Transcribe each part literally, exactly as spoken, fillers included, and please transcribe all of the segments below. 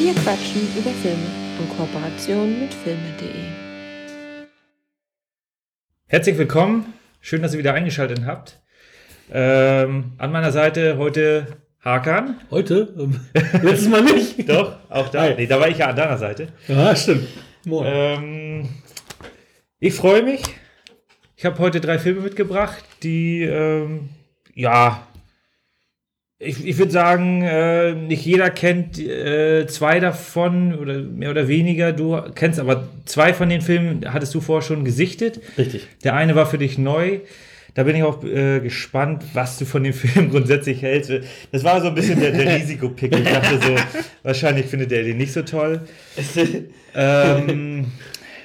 Wir quatschen über Filme in Kooperation mit filme punkt de. Herzlich willkommen, schön, dass ihr wieder eingeschaltet habt. Ähm, an meiner Seite heute Hakan. Heute? Letztes Mal nicht. Doch, auch da. Nee, da war ich ja an deiner Seite. Ja, stimmt. Moin. Ähm, ich freue mich. Ich habe heute drei Filme mitgebracht, die, ähm, ja, ich, ich würde sagen, äh, nicht jeder kennt äh, zwei davon oder mehr oder weniger. Du kennst aber zwei von den Filmen, hattest du vorher schon gesichtet. Richtig. Der eine war für dich neu. Da bin ich auch äh, gespannt, was du von dem Film grundsätzlich hältst. Das war so ein bisschen der, der Risikopick. Ich dachte so, wahrscheinlich findet er den nicht so toll. ähm,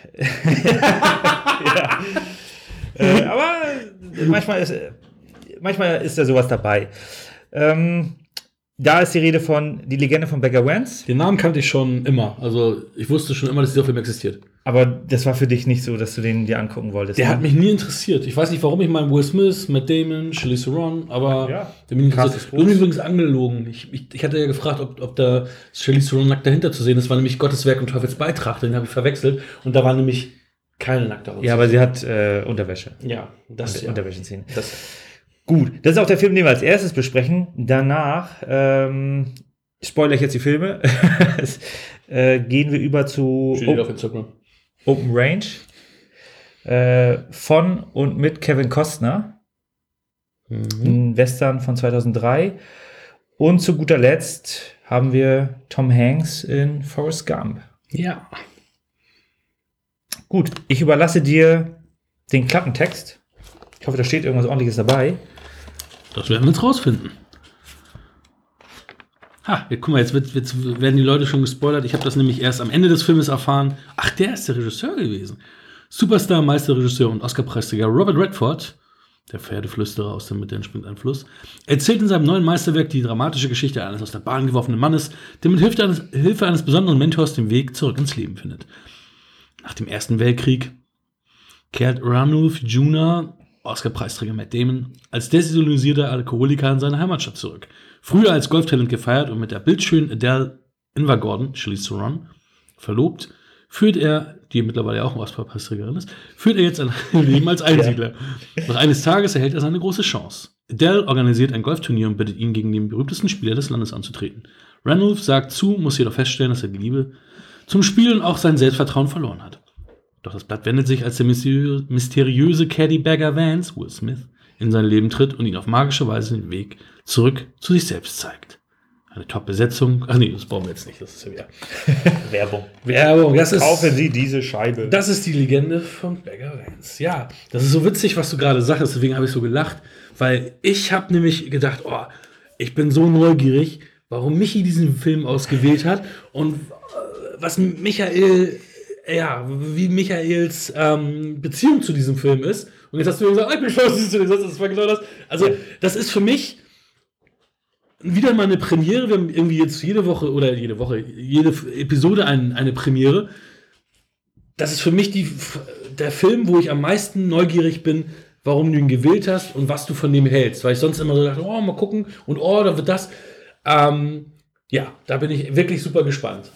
ja. äh, aber manchmal ist, manchmal ist da sowas dabei. Ähm, da ist die Rede von Die Legende von Bagger Vance. Den Namen kannte ich schon immer. Also ich wusste schon immer, dass dieser Film existiert. Aber das war für dich nicht so, dass du den dir angucken wolltest. Der ne? hat mich nie interessiert. Ich weiß nicht, warum. Ich meine, Will Smith, Matt Damon, Charlize Theron, aber ja, der mich interessiert. Du hast übrigens angelogen. Ich, ich, ich hatte ja gefragt, ob, ob da Charlize Theron nackt dahinter zu sehen ist. Das war nämlich Gottes Werk und Teufels Beitrag. Den habe ich verwechselt. Und da war nämlich keine nackte Haut. Ja, aber sie hat äh, Unterwäsche. Ja, das Unter- ja. Unterwäscheszenen. Das. Gut, das ist auch der Film, den wir als erstes besprechen. Danach ähm, spoilere ich jetzt die Filme. äh, gehen wir über zu Steht auf Instagram. Open Range äh, von und mit Kevin Costner. Mhm. Ein Western von zweitausenddrei. Und zu guter Letzt haben wir Tom Hanks in Forrest Gump. Ja. Gut, ich überlasse dir den Klappentext. Ich hoffe, da steht irgendwas Ordentliches dabei. Das werden wir jetzt rausfinden. Ha, ja, guck mal, jetzt, wird, jetzt werden die Leute schon gespoilert. Ich habe das nämlich erst am Ende des Filmes erfahren. Ach, der ist der Regisseur gewesen. Superstar, Meisterregisseur und Oscar-Preisträger Robert Redford, der Pferdeflüsterer aus dem Mit dem springt ein Fluss, erzählt in seinem neuen Meisterwerk die dramatische Geschichte eines aus der Bahn geworfenen Mannes, der mit Hilfe eines, Hilfe eines besonderen Mentors den Weg zurück ins Leben findet. Nach dem Ersten Weltkrieg kehrt Ranulph Junior, Oscar-Preisträger Matt Damon, als desillusionierter Alkoholiker in seine Heimatstadt zurück. Früher als Golftalent gefeiert und mit der bildschönen Adele Invergordon, Charlize Theron, verlobt, führt er, die mittlerweile auch Oscar-Preisträgerin ist, führt er jetzt ein Leben als Einsiedler. Ja. Doch eines Tages erhält er seine große Chance. Adele organisiert ein Golfturnier und bittet ihn, gegen den berühmtesten Spieler des Landes anzutreten. Ranulph sagt zu, muss jedoch feststellen, dass er die Liebe zum Spiel und auch sein Selbstvertrauen verloren hat. Doch das Blatt wendet sich, als der mysteriöse, mysteriöse Caddy Bagger Vance, Will Smith, in sein Leben tritt und ihn auf magische Weise den Weg zurück zu sich selbst zeigt. Eine Top-Besetzung. Ach nee, das brauchen wir jetzt nicht. Das ist ja wieder Werbung. Werbung. Das ist, Kaufen Sie diese Scheibe. Das ist die Legende von Bagger Vance. Ja, das ist so witzig, was du gerade sagst. Deswegen habe ich so gelacht. Weil ich habe nämlich gedacht, oh, ich bin so neugierig, warum Michi diesen Film ausgewählt hat und was Michael... ja, wie Michaels ähm, Beziehung zu diesem Film ist. Und jetzt hast du gesagt, ich bin stolz, dass du den sagst, das war genau das. Also, das ist für mich wieder mal eine Premiere. Wir haben irgendwie jetzt jede Woche oder jede Woche, jede Episode ein, eine Premiere. Das ist für mich die, der Film, wo ich am meisten neugierig bin, warum du ihn gewählt hast und was du von dem hältst. Weil ich sonst immer so dachte, oh, mal gucken und oh, da wird das. Ähm, ja, da bin ich wirklich super gespannt.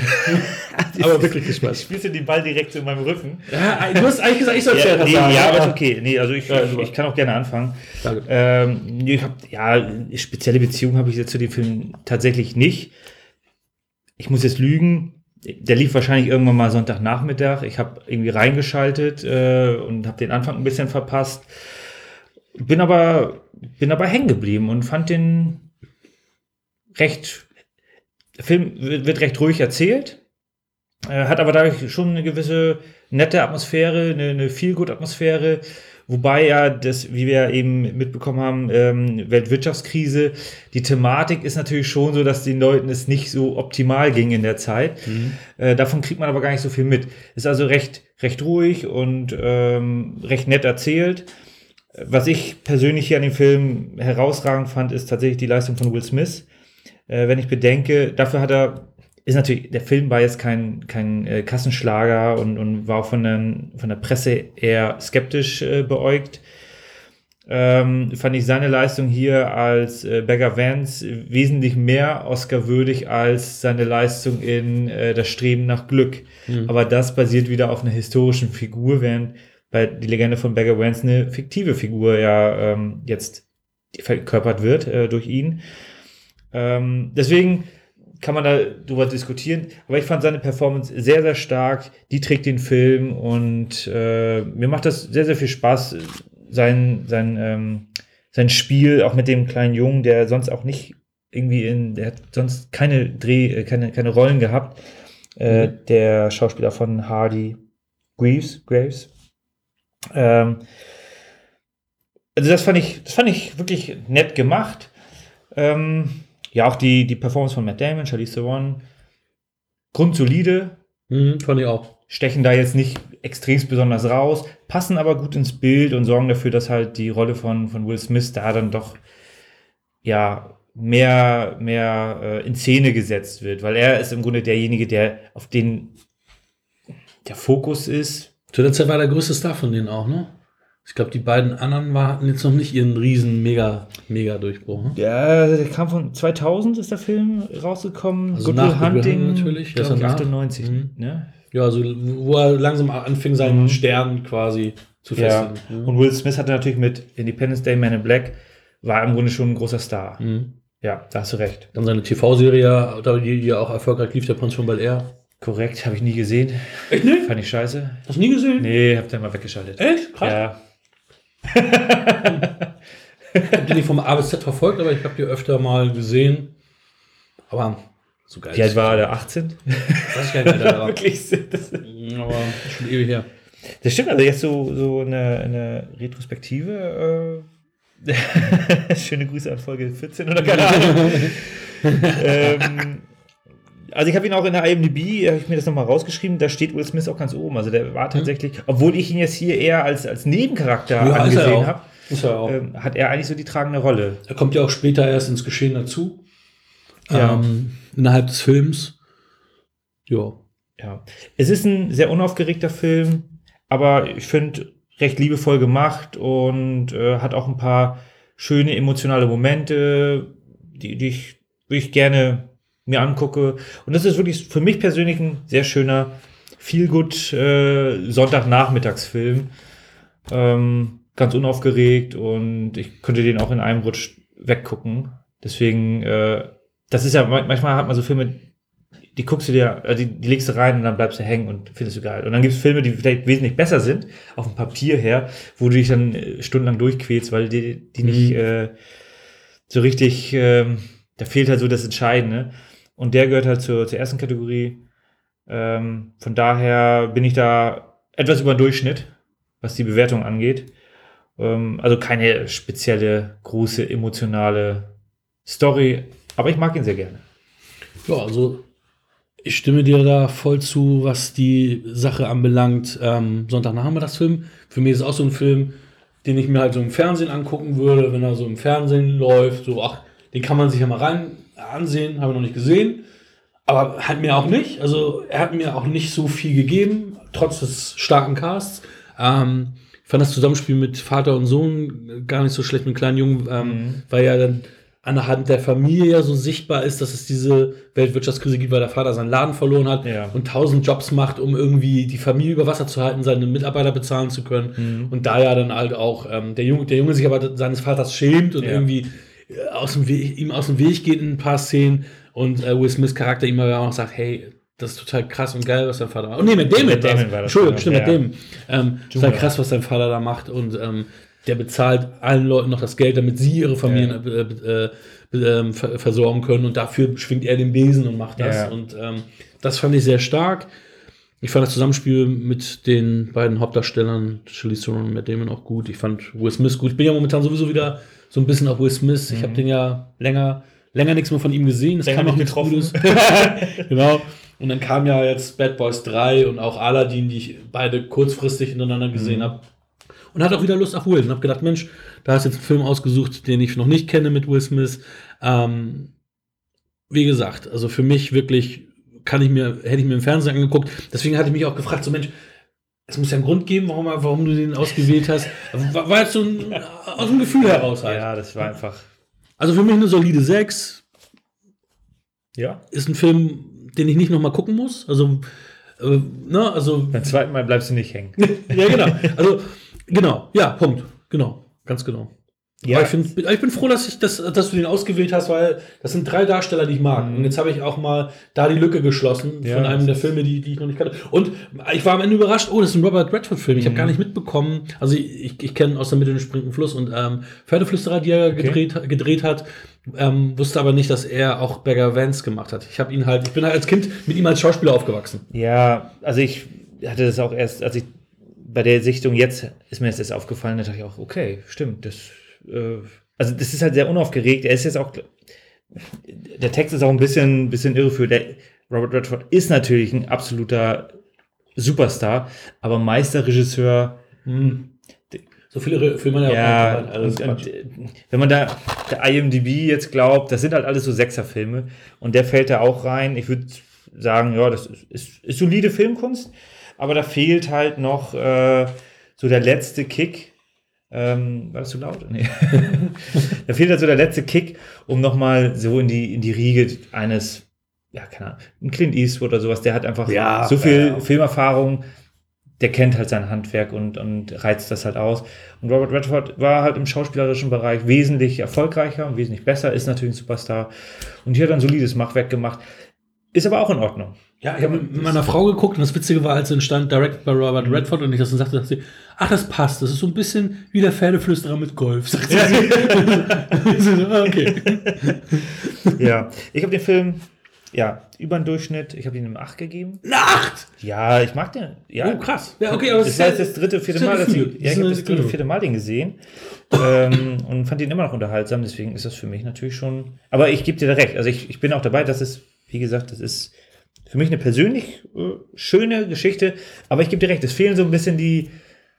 Aber wirklich gespannt. Spielst du den Ball direkt in meinem Rücken? Ja, du hast eigentlich gesagt, ich soll ja, zuerst nee, sagen. Ja, aber ist okay. Nee, also ich, ja, ich, ich kann auch gerne anfangen. Danke. Ähm, ich hab, ja, spezielle Beziehung habe ich jetzt zu dem Film tatsächlich nicht. Ich muss jetzt lügen. Der lief wahrscheinlich irgendwann mal Sonntagnachmittag. Ich habe irgendwie reingeschaltet äh, und habe den Anfang ein bisschen verpasst. Bin aber, bin aber hängen geblieben und fand den recht... Der Film wird recht ruhig erzählt, äh, hat aber dadurch schon eine gewisse nette Atmosphäre, eine, eine Feel-Good-Atmosphäre, wobei ja das, wie wir ja eben mitbekommen haben, ähm, Weltwirtschaftskrise, die Thematik ist natürlich schon so, dass den Leuten es nicht so optimal ging in der Zeit. Mhm. Äh, davon kriegt man aber gar nicht so viel mit. Ist also recht, recht ruhig und ähm, recht nett erzählt. Was ich persönlich hier an dem Film herausragend fand, ist tatsächlich die Leistung von Will Smith. Äh, wenn ich bedenke, dafür hat er, ist natürlich, der Film war jetzt kein, kein äh, Kassenschlager und, und war auch von der, von der Presse eher skeptisch äh, beäugt. ähm, fand ich seine Leistung hier als äh, Bagger Vance wesentlich mehr Oscar-würdig als seine Leistung in äh, Das Streben nach Glück. Mhm. Aber das basiert wieder auf einer historischen Figur, während bei Die Legende von Bagger Vance eine fiktive Figur ja ähm, jetzt verkörpert wird äh, durch ihn. Ähm, deswegen kann man da drüber diskutieren, aber ich fand seine Performance sehr, sehr stark, die trägt den Film und äh, mir macht das sehr, sehr viel Spaß, sein, sein, ähm, sein Spiel, auch mit dem kleinen Jungen, der sonst auch nicht irgendwie in, der hat sonst keine Dreh, keine, keine Rollen gehabt, äh, mhm. der Schauspieler von Hardy Greaves, Graves. Ähm, also das fand ich, das fand ich wirklich nett gemacht. Ähm, ja, auch die, die Performance von Matt Damon, Charlize Theron, grundsolide. Mhm, fand ich auch. Stechen da jetzt nicht extrem besonders raus, passen aber gut ins Bild und sorgen dafür, dass halt die Rolle von, von Will Smith da dann doch ja mehr, mehr äh, in Szene gesetzt wird, weil er ist im Grunde derjenige, der auf den der Fokus ist. Zu der Zeit war der größte Star von denen auch, ne? Ich glaube, die beiden anderen war, hatten jetzt noch nicht ihren riesen mega, mega Durchbruch. Ne? Ja, der kam von zweitausend, ist der Film rausgekommen. Also Good Will Hunting natürlich, glaube ich, achtundneunzig. Mhm. Ne? Ja, also wo er langsam anfing, seinen mhm. Stern quasi zu festigen. Ja. Mhm. Und Will Smith hatte natürlich mit Independence Day, Man in Black, war im Grunde schon ein großer Star. Mhm. Ja, da hast du recht. Dann seine T V-Serie, die ja auch erfolgreich lief, der Prinz von Bel-Air. Korrekt, habe ich nie gesehen. Echt nicht? Fand ich scheiße. Hast du nie gesehen? Nee, hab den mal weggeschaltet. Echt? Krass. Ja. Ich habe die nicht vom A bis Z verfolgt, aber ich habe die öfter mal gesehen. Aber so geil. Wie alt war der? achtzehn? Das ist gar nicht mehr da. Wirklich. Das aber schon ewig her. Das stimmt, also jetzt so, so eine, eine Retrospektive. Äh, schöne Grüße an Folge vierzehn oder keine Ahnung. ähm, Also ich habe ihn auch in der I M D B, habe ich mir das nochmal rausgeschrieben, da steht Will Smith auch ganz oben. Also der war tatsächlich, mhm. obwohl ich ihn jetzt hier eher als, als Nebencharakter ja, angesehen habe, ähm, hat er eigentlich so die tragende Rolle. Er kommt ja auch später erst ins Geschehen dazu. Ja. Ähm, innerhalb des Films. Ja. Ja. Es ist ein sehr unaufgeregter Film, aber ich finde recht liebevoll gemacht und äh, hat auch ein paar schöne emotionale Momente, die, die ich wirklich gerne mir angucke. Und das ist wirklich für mich persönlich ein sehr schöner Feel-Good äh, Sonntagnachmittagsfilm. Ähm, ganz unaufgeregt und ich könnte den auch in einem Rutsch weggucken. Deswegen, äh, das ist ja, manchmal hat man so Filme, die guckst du dir, äh, die, die legst du rein und dann bleibst du hängen und findest du geil. Und dann gibt es Filme, die vielleicht wesentlich besser sind, auf dem Papier her, wo du dich dann äh, stundenlang durchquälst, weil die, die mhm. nicht äh, so richtig, äh, da fehlt halt so das Entscheidende. Und der gehört halt zur, zur ersten Kategorie. Ähm, von daher bin ich da etwas über den Durchschnitt, was die Bewertung angeht. Ähm, also keine spezielle, große, emotionale Story, aber ich mag ihn sehr gerne. Ja, also ich stimme dir da voll zu, was die Sache anbelangt. Ähm, Sonntagnachmittagsfilm. Für mich ist es auch so ein Film, den ich mir halt so im Fernsehen angucken würde, wenn er so im Fernsehen läuft. So, ach, den kann man sich ja mal rein ansehen, habe ich noch nicht gesehen, aber hat mir auch nicht, also er hat mir auch nicht so viel gegeben, trotz des starken Casts. Ähm, ich fand das Zusammenspiel mit Vater und Sohn gar nicht so schlecht mit dem kleinen Jungen, ähm, mhm. weil ja dann anhand der Familie ja so sichtbar ist, dass es diese Weltwirtschaftskrise gibt, weil der Vater seinen Laden verloren hat ja. und tausend Jobs macht, um irgendwie die Familie über Wasser zu halten, seine Mitarbeiter bezahlen zu können. Mhm. Und da ja dann halt auch ähm, der, Junge, der Junge sich aber seines Vaters schämt und ja. irgendwie aus dem Weg, ihm aus dem Weg geht in ein paar Szenen und äh, Will Smiths Charakter ihm aber auch sagt, hey, das ist total krass und geil, was dein Vater macht. Oh nee, mit dem mit Damon war das. Entschuldigung, stimmt, ja. mit dem. Ähm, total krass, was dein Vater da macht und ähm, der bezahlt allen Leuten noch das Geld, damit sie ihre Familien ja. äh, äh, äh, ver- versorgen können und dafür schwingt er den Besen und macht das. Ja. Und ähm, das fand ich sehr stark. Ich fand das Zusammenspiel mit den beiden Hauptdarstellern, Charlize Theron und Matt Damon, auch gut. Ich fand Will Smith gut. Ich bin ja momentan sowieso wieder so ein bisschen auf Will Smith. Ich mhm. habe den ja länger, länger nichts mehr von ihm gesehen. Es kam noch nichts Gutes. Genau. Und dann kam ja jetzt Bad Boys drei und auch Aladdin, die ich beide kurzfristig hintereinander gesehen mhm. habe. Und hatte auch wieder Lust auf Will. Und habe gedacht, Mensch, da hast du jetzt einen Film ausgesucht, den ich noch nicht kenne mit Will Smith. Ähm, wie gesagt, also für mich wirklich kann ich mir, hätte ich mir im Fernsehen angeguckt. Deswegen hatte ich mich auch gefragt, so Mensch, es muss ja einen Grund geben, warum, warum du den ausgewählt hast. War, war jetzt so ein, aus dem Gefühl heraus halt. Ja, das war einfach. Also für mich eine solide sechs. Ja. Ist ein Film, den ich nicht nochmal gucken muss. Also, äh, ne, also. Beim zweiten Mal bleibst du nicht hängen. Ja, genau. Also, genau. Ja, Punkt. Genau. Ganz genau. Ja, ich, find, ich bin froh, dass, ich das, dass du den ausgewählt hast, weil das sind drei Darsteller, die ich mag. Mhm. Und jetzt habe ich auch mal da die Lücke geschlossen ja, von einem der Filme, die, die ich noch nicht kannte. Und ich war am Ende überrascht, oh, das ist ein Robert Redford-Film. Ich habe mhm. gar nicht mitbekommen, also ich, ich kenne aus der Mitte den springenden Fluss und ähm, Pferdeflüsterer, die er okay. gedreht, gedreht hat, ähm, wusste aber nicht, dass er auch Bagger Vance gemacht hat. Ich habe ihn halt, ich bin halt als Kind mit ihm als Schauspieler aufgewachsen. Ja, also ich hatte das auch erst, als ich bei der Sichtung jetzt, ist mir das erst aufgefallen, da dachte ich auch, okay, stimmt, das also das ist halt sehr unaufgeregt. Er ist jetzt auch, der Text ist auch ein bisschen, bisschen irreführend. Der Robert Redford ist natürlich ein absoluter Superstar, aber Meisterregisseur. Hm. So viele Filme ja, auch alles und, und, wenn man da der I M D B jetzt glaubt, das sind halt alles so Sechserfilme und der fällt da auch rein. Ich würde sagen, ja, das ist, ist, ist solide Filmkunst, aber da fehlt halt noch äh, so der letzte Kick. Ähm, war das zu laut? Nee. Da fehlt also der letzte Kick, um nochmal so in die, in die Riege eines, ja, keine Ahnung, ein Clint Eastwood oder sowas, der hat einfach ja, so viel ja. Filmerfahrung, der kennt halt sein Handwerk und, und reizt das halt aus. Und Robert Redford war halt im schauspielerischen Bereich wesentlich erfolgreicher und wesentlich besser, ist natürlich ein Superstar. Und hier hat er ein solides Machwerk gemacht. Ist aber auch in Ordnung. Ja, ich habe mit meiner Frau geguckt und das Witzige war, als es entstand, directed by Robert Redford und ich das dann sagte, dachte sie, ach, das passt, das ist so ein bisschen wie der Pferdeflüsterer mit Golf, sagt sie. Ja. Okay. Ja, ich habe den Film, ja, über den Durchschnitt, ich habe ihm eine acht gegeben. Eine acht? Ja, ich mag den. Ja. Oh, krass. Ja, okay, aber das war jetzt das dritte, vierte Mal, dass ich, ja, ich habe das dritte, vierte Mal den gesehen ähm, und fand ihn immer noch unterhaltsam, deswegen ist das für mich natürlich schon, aber ich gebe dir da recht, also ich, ich bin auch dabei, dass es, wie gesagt, das ist für mich eine persönlich äh, schöne Geschichte, aber ich gebe dir recht, es fehlen so ein bisschen die,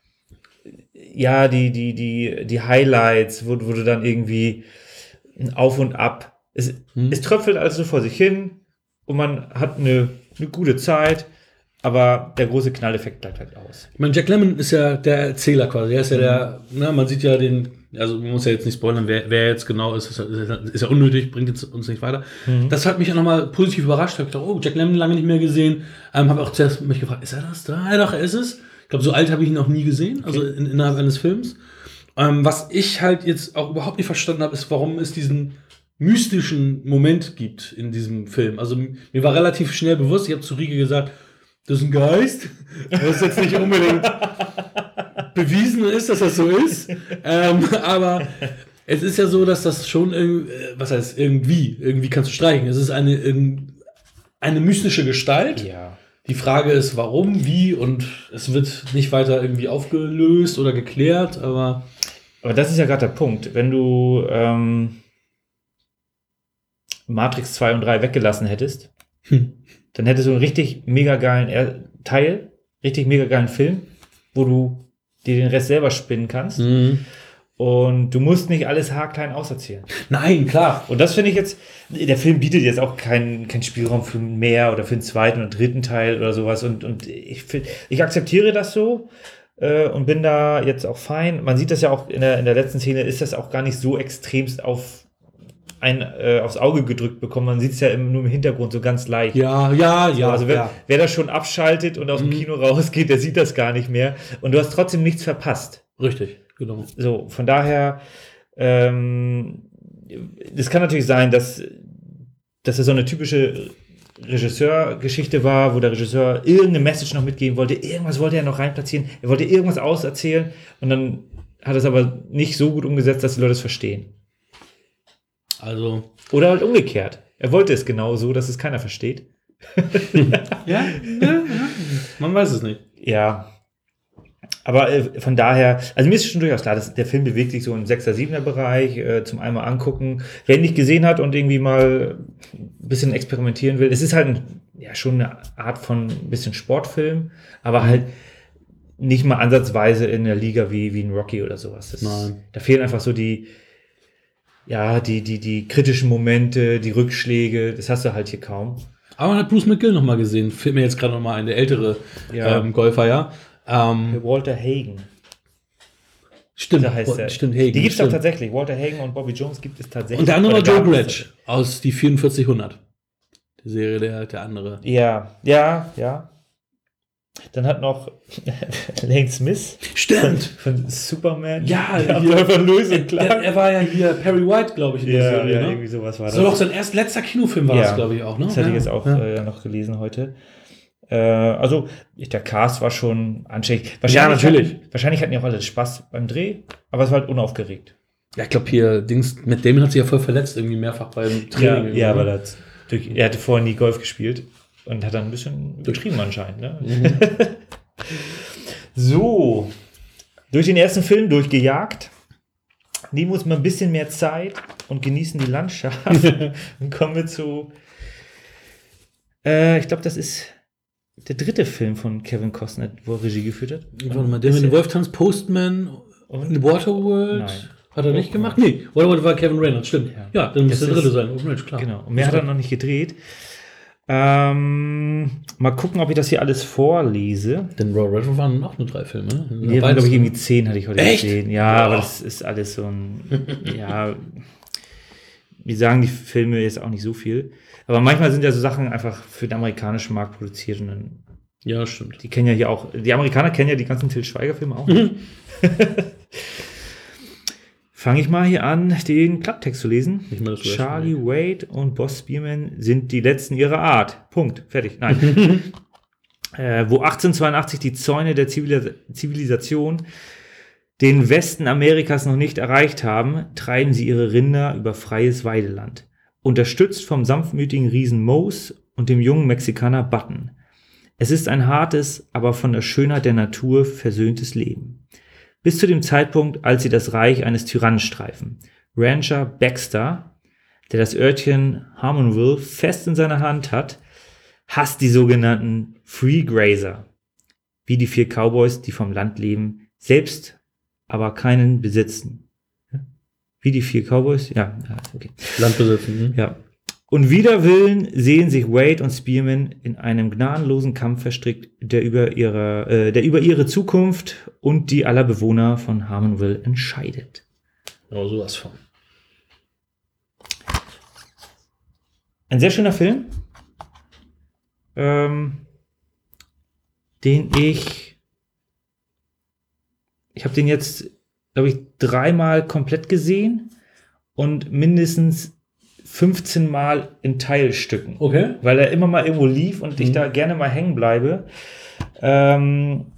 ja, die, die, die, die Highlights, wo, wo du dann irgendwie ein Auf und Ab, es, hm. es tröpfelt also vor sich hin und man hat eine, eine gute Zeit, aber der große Knalleffekt bleibt halt aus. Ich meine, Jack Lemmon ist ja der Erzähler quasi, er ist ja mhm. der, na, man sieht ja den, also man muss ja jetzt nicht spoilern, wer, wer jetzt genau ist, ist ja, ist ja unnötig, bringt jetzt uns nicht weiter. Mhm. Das hat mich ja nochmal positiv überrascht. Ich habe gedacht, oh, Jack Lemmon lange nicht mehr gesehen. Ähm, habe auch zuerst mich gefragt, ist er das da? Ja, doch, er ist es. Ich glaube, so alt habe ich ihn noch nie gesehen, also in, innerhalb eines Films. Ähm, was ich halt jetzt auch überhaupt nicht verstanden habe, ist, warum es diesen mystischen Moment gibt in diesem Film. Also mir war relativ schnell bewusst, ich habe zu Rieke gesagt, das ist ein Geist, was jetzt nicht unbedingt bewiesen ist, dass das so ist. Ähm, aber es ist ja so, dass das schon irgendwie, was heißt irgendwie, irgendwie kannst du streichen. Es ist eine, eine mystische Gestalt. Ja. Die Frage ist, warum, wie und es wird nicht weiter irgendwie aufgelöst oder geklärt, aber. Aber das ist ja gerade der Punkt. Wenn du ähm, Matrix zwei und drei weggelassen hättest, hm. dann hättest du einen richtig mega geilen Teil, richtig mega geilen Film, wo du dir den Rest selber spinnen kannst. Mhm. Und du musst nicht alles haarklein auserzählen. Nein, klar. Und das finde ich jetzt, der Film bietet jetzt auch keinen kein Spielraum für mehr oder für einen zweiten oder dritten Teil oder sowas. Und, und ich, ich akzeptiere das so äh, und bin da jetzt auch fein. Man sieht das ja auch in der, in der letzten Szene, ist das auch gar nicht so extremst auf ein, äh, aufs Auge gedrückt bekommen. Man sieht es ja im, nur im Hintergrund so ganz leicht. Ja, ja, ja. So, also wer, ja. wer das schon abschaltet und aus dem mhm. Kino rausgeht, der sieht das gar nicht mehr. Und du hast trotzdem nichts verpasst. Richtig, genau. So, von daher, ähm, das kann natürlich sein, dass, dass es so eine typische Regisseurgeschichte war, wo der Regisseur irgendeine Message noch mitgeben wollte, irgendwas wollte er noch reinplatzieren, er wollte irgendwas auserzählen und dann hat es aber nicht so gut umgesetzt, dass die Leute es verstehen. Also. Oder halt umgekehrt. Er wollte es genau so, dass es keiner versteht. ja, ja, ja, man weiß es nicht. Ja. Aber äh, von daher, also mir ist schon durchaus klar, dass der Film bewegt sich so im sechser, siebener Bereich, äh, zum einmal angucken. Wer ihn nicht gesehen hat und irgendwie mal ein bisschen experimentieren will, es ist halt ein, ja schon eine Art von ein bisschen Sportfilm, aber halt nicht mal ansatzweise in der Liga wie, wie ein Rocky oder sowas. Das, Nein. Da fehlen einfach so die Ja, die, die, die kritischen Momente, die Rückschläge, das hast du halt hier kaum. Aber man hat Bruce McGill noch mal gesehen, fällt mir jetzt gerade noch mal ein, der ältere ja. ähm, Golfer, ja. Ähm, Walter Hagen. stimmt, Da heißt er. stimmt, Hagen. Die gibt es auch stimmt. tatsächlich. Walter Hagen und Bobby Jones gibt es tatsächlich. Und der andere war Oder Joe gab es Gretsch aus die vierundvierzig-hundert. Die Serie, der, der andere. Ja, ja, ja. Dann hat noch Lane Smith Stimmt. von Superman. Ja, die hier- einfach Lewis Er, und Clark. er war ja hier Perry White, glaube ich, in der Ja, Serie. ja, ne? irgendwie sowas war Das das. war doch sein erst letzter Kinofilm, war Ja. das, glaube ich, auch. Ne? Das hatte ja. ich jetzt auch Ja. äh, noch gelesen heute. Äh, also, der Cast war schon anstrengend. Ja, natürlich. Hatten, wahrscheinlich hatten die auch alle Spaß beim Dreh, aber es war halt unaufgeregt. Ja, ich glaube, hier, Dings, Matt Damon hat sich ja voll verletzt, irgendwie mehrfach beim Training. ja, ne? weil er, durch, er hatte vorher nie Golf gespielt und hat dann ein bisschen übertrieben anscheinend. Ne? Mhm. So, durch den ersten Film durchgejagt. Nehmen wir uns mal ein bisschen mehr Zeit und genießen die Landschaft. Dann kommen wir zu, äh, ich glaube, das ist der dritte Film von Kevin Costner, wo er Regie geführt hat. Warte mal, der mit dem Wolftanz Postman in the Waterworld. Nein. Hat er nicht gemacht? Nee, Waterworld war Kevin Reynolds, stimmt. Ja. Ja, dann muss Das der dritte ist- sein. Oh, Mensch, klar. Genau. Und mehr hat er noch nicht gedreht. Ähm, mal gucken, ob ich das hier alles vorlese. Denn Raw Redford waren noch nur drei Filme. Ne? Hier waren, glaube ich, irgendwie zehn, hatte ich heute Echt? gesehen. Ja, Boah. aber das ist alles so ein, ja, wie sagen die Filme jetzt auch nicht so viel. Aber manchmal sind ja so Sachen einfach für den amerikanischen Markt produziert und dann, Ja, stimmt. die kennen ja hier auch, die Amerikaner kennen ja die ganzen Til Schweiger-Filme auch. Fange ich mal hier an, den Klapptext zu lesen. Nicht mal das Charlie Wade und Boss Spearman sind die letzten ihrer Art. Punkt. Fertig. Nein. äh, wo achtzehnhundertzweiundachtzig die Zäune der Zivilis- Zivilisation den Westen Amerikas noch nicht erreicht haben, treiben sie ihre Rinder über freies Weideland. Unterstützt vom sanftmütigen Riesen Mose und dem jungen Mexikaner Button. Es ist ein hartes, aber von der Schönheit der Natur versöhntes Leben. Bis zu dem Zeitpunkt, als sie das Reich eines Tyrannen streifen. Rancher Baxter, der das Örtchen Harmonville fest in seiner Hand hat, hasst die sogenannten Free Grazer, wie die vier Cowboys, die vom Land leben, selbst aber keinen besitzen. Wie die vier Cowboys? Ja, ja, okay. Land besitzen. Hm? Ja. Und wider Willen sehen sich Wade und Spearman in einem gnadenlosen Kampf verstrickt, der über ihre, äh, der über ihre Zukunft und die aller Bewohner von Harmonville entscheidet. Ja, sowas von. Ein sehr schöner Film, ähm, den ich, ich habe den jetzt, glaube ich, dreimal komplett gesehen und mindestens fünfzehn Mal in Teilstücken. Okay. Weil er immer mal irgendwo lief und ich Mhm. da gerne mal hängen bleibe. Ähm,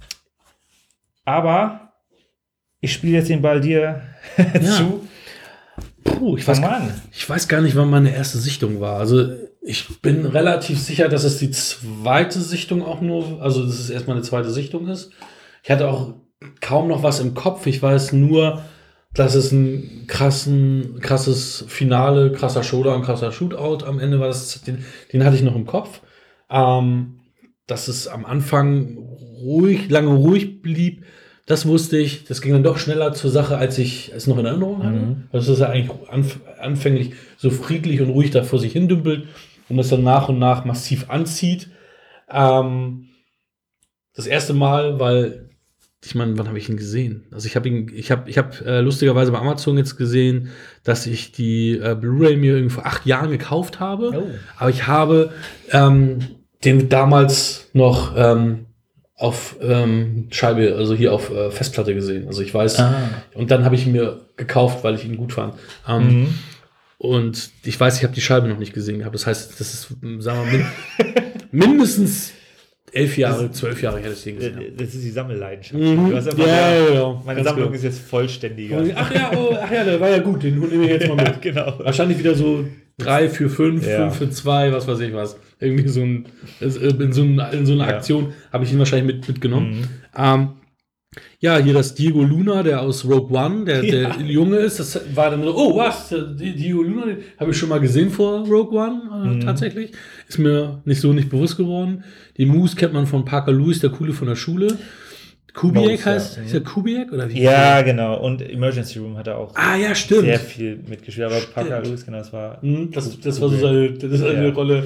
aber ich spiele jetzt den Ball dir zu. Puh, ich Fang weiß, mal gar, an. ich weiß gar nicht, wann meine erste Sichtung war. Also ich bin relativ sicher, dass es die zweite Sichtung auch nur, also dass es erstmal eine zweite Sichtung ist. Ich hatte auch kaum noch was im Kopf. Ich weiß nur, dass es ein krassen, krasses Finale, krasser Showdown, krasser Shootout am Ende war. Das, den, den hatte ich noch im Kopf. Ähm, dass es am Anfang ruhig, lange ruhig blieb, das wusste ich. Das ging dann doch schneller zur Sache, als ich es noch in Erinnerung hatte. Mhm. Also dass er eigentlich anf anfänglich so friedlich und ruhig da vor sich hin dümpelt und das dann nach und nach massiv anzieht. Ähm, das erste Mal, weil ich meine, wann habe ich ihn gesehen? Also ich habe ihn, ich habe, ich habe äh, lustigerweise bei Amazon jetzt gesehen, dass ich die äh, Blu-ray mir irgendwie vor acht Jahren gekauft habe. Oh. Aber ich habe ähm, den damals noch ähm, auf ähm, Scheibe, also hier auf äh, Festplatte gesehen. Also ich weiß, Ah. und dann habe ich ihn mir gekauft, weil ich ihn gut fand. Ähm, Mhm. Und ich weiß, ich habe die Scheibe noch nicht gesehen gehabt. Das heißt, das ist, sagen wir mal, min mindestens elf Jahre, zwölf Jahre her, dass ich den gesehen habe. Das ist die Sammelleidenschaft. Mhm. Du hast einfach Ja, gesagt, ja, ja. meine Ganz Sammlung genau. ist jetzt vollständiger. Ach ja, oh, ach ja, der war ja gut, den nehme ich jetzt mal mit. Genau. Wahrscheinlich wieder so drei für fünf, Ja. fünf für zwei, was weiß ich was. Irgendwie so ein, in so, ein, in so einer Ja. Aktion habe ich ihn wahrscheinlich mit, mitgenommen. Mhm. Ähm, ja, hier das Diego Luna, der aus Rogue One, der, der Ja. Junge ist, das war dann so, oh was, der Diego Luna, den habe ich schon mal gesehen vor Rogue One, äh, Mhm. tatsächlich. Ist mir nicht so nicht bewusst geworden. Den Moose kennt man von Parker Lewis, der Coole von der Schule. Kubiak Moose, heißt, ja. ist der Kubiak oder wie? Ja, genau. Und Emergency Room hat er auch Ah, ja, stimmt. sehr viel mitgespielt. Aber Parker Lewis, genau, das war. Mhm, Das, das war so seine, das ist eine Ja. Rolle.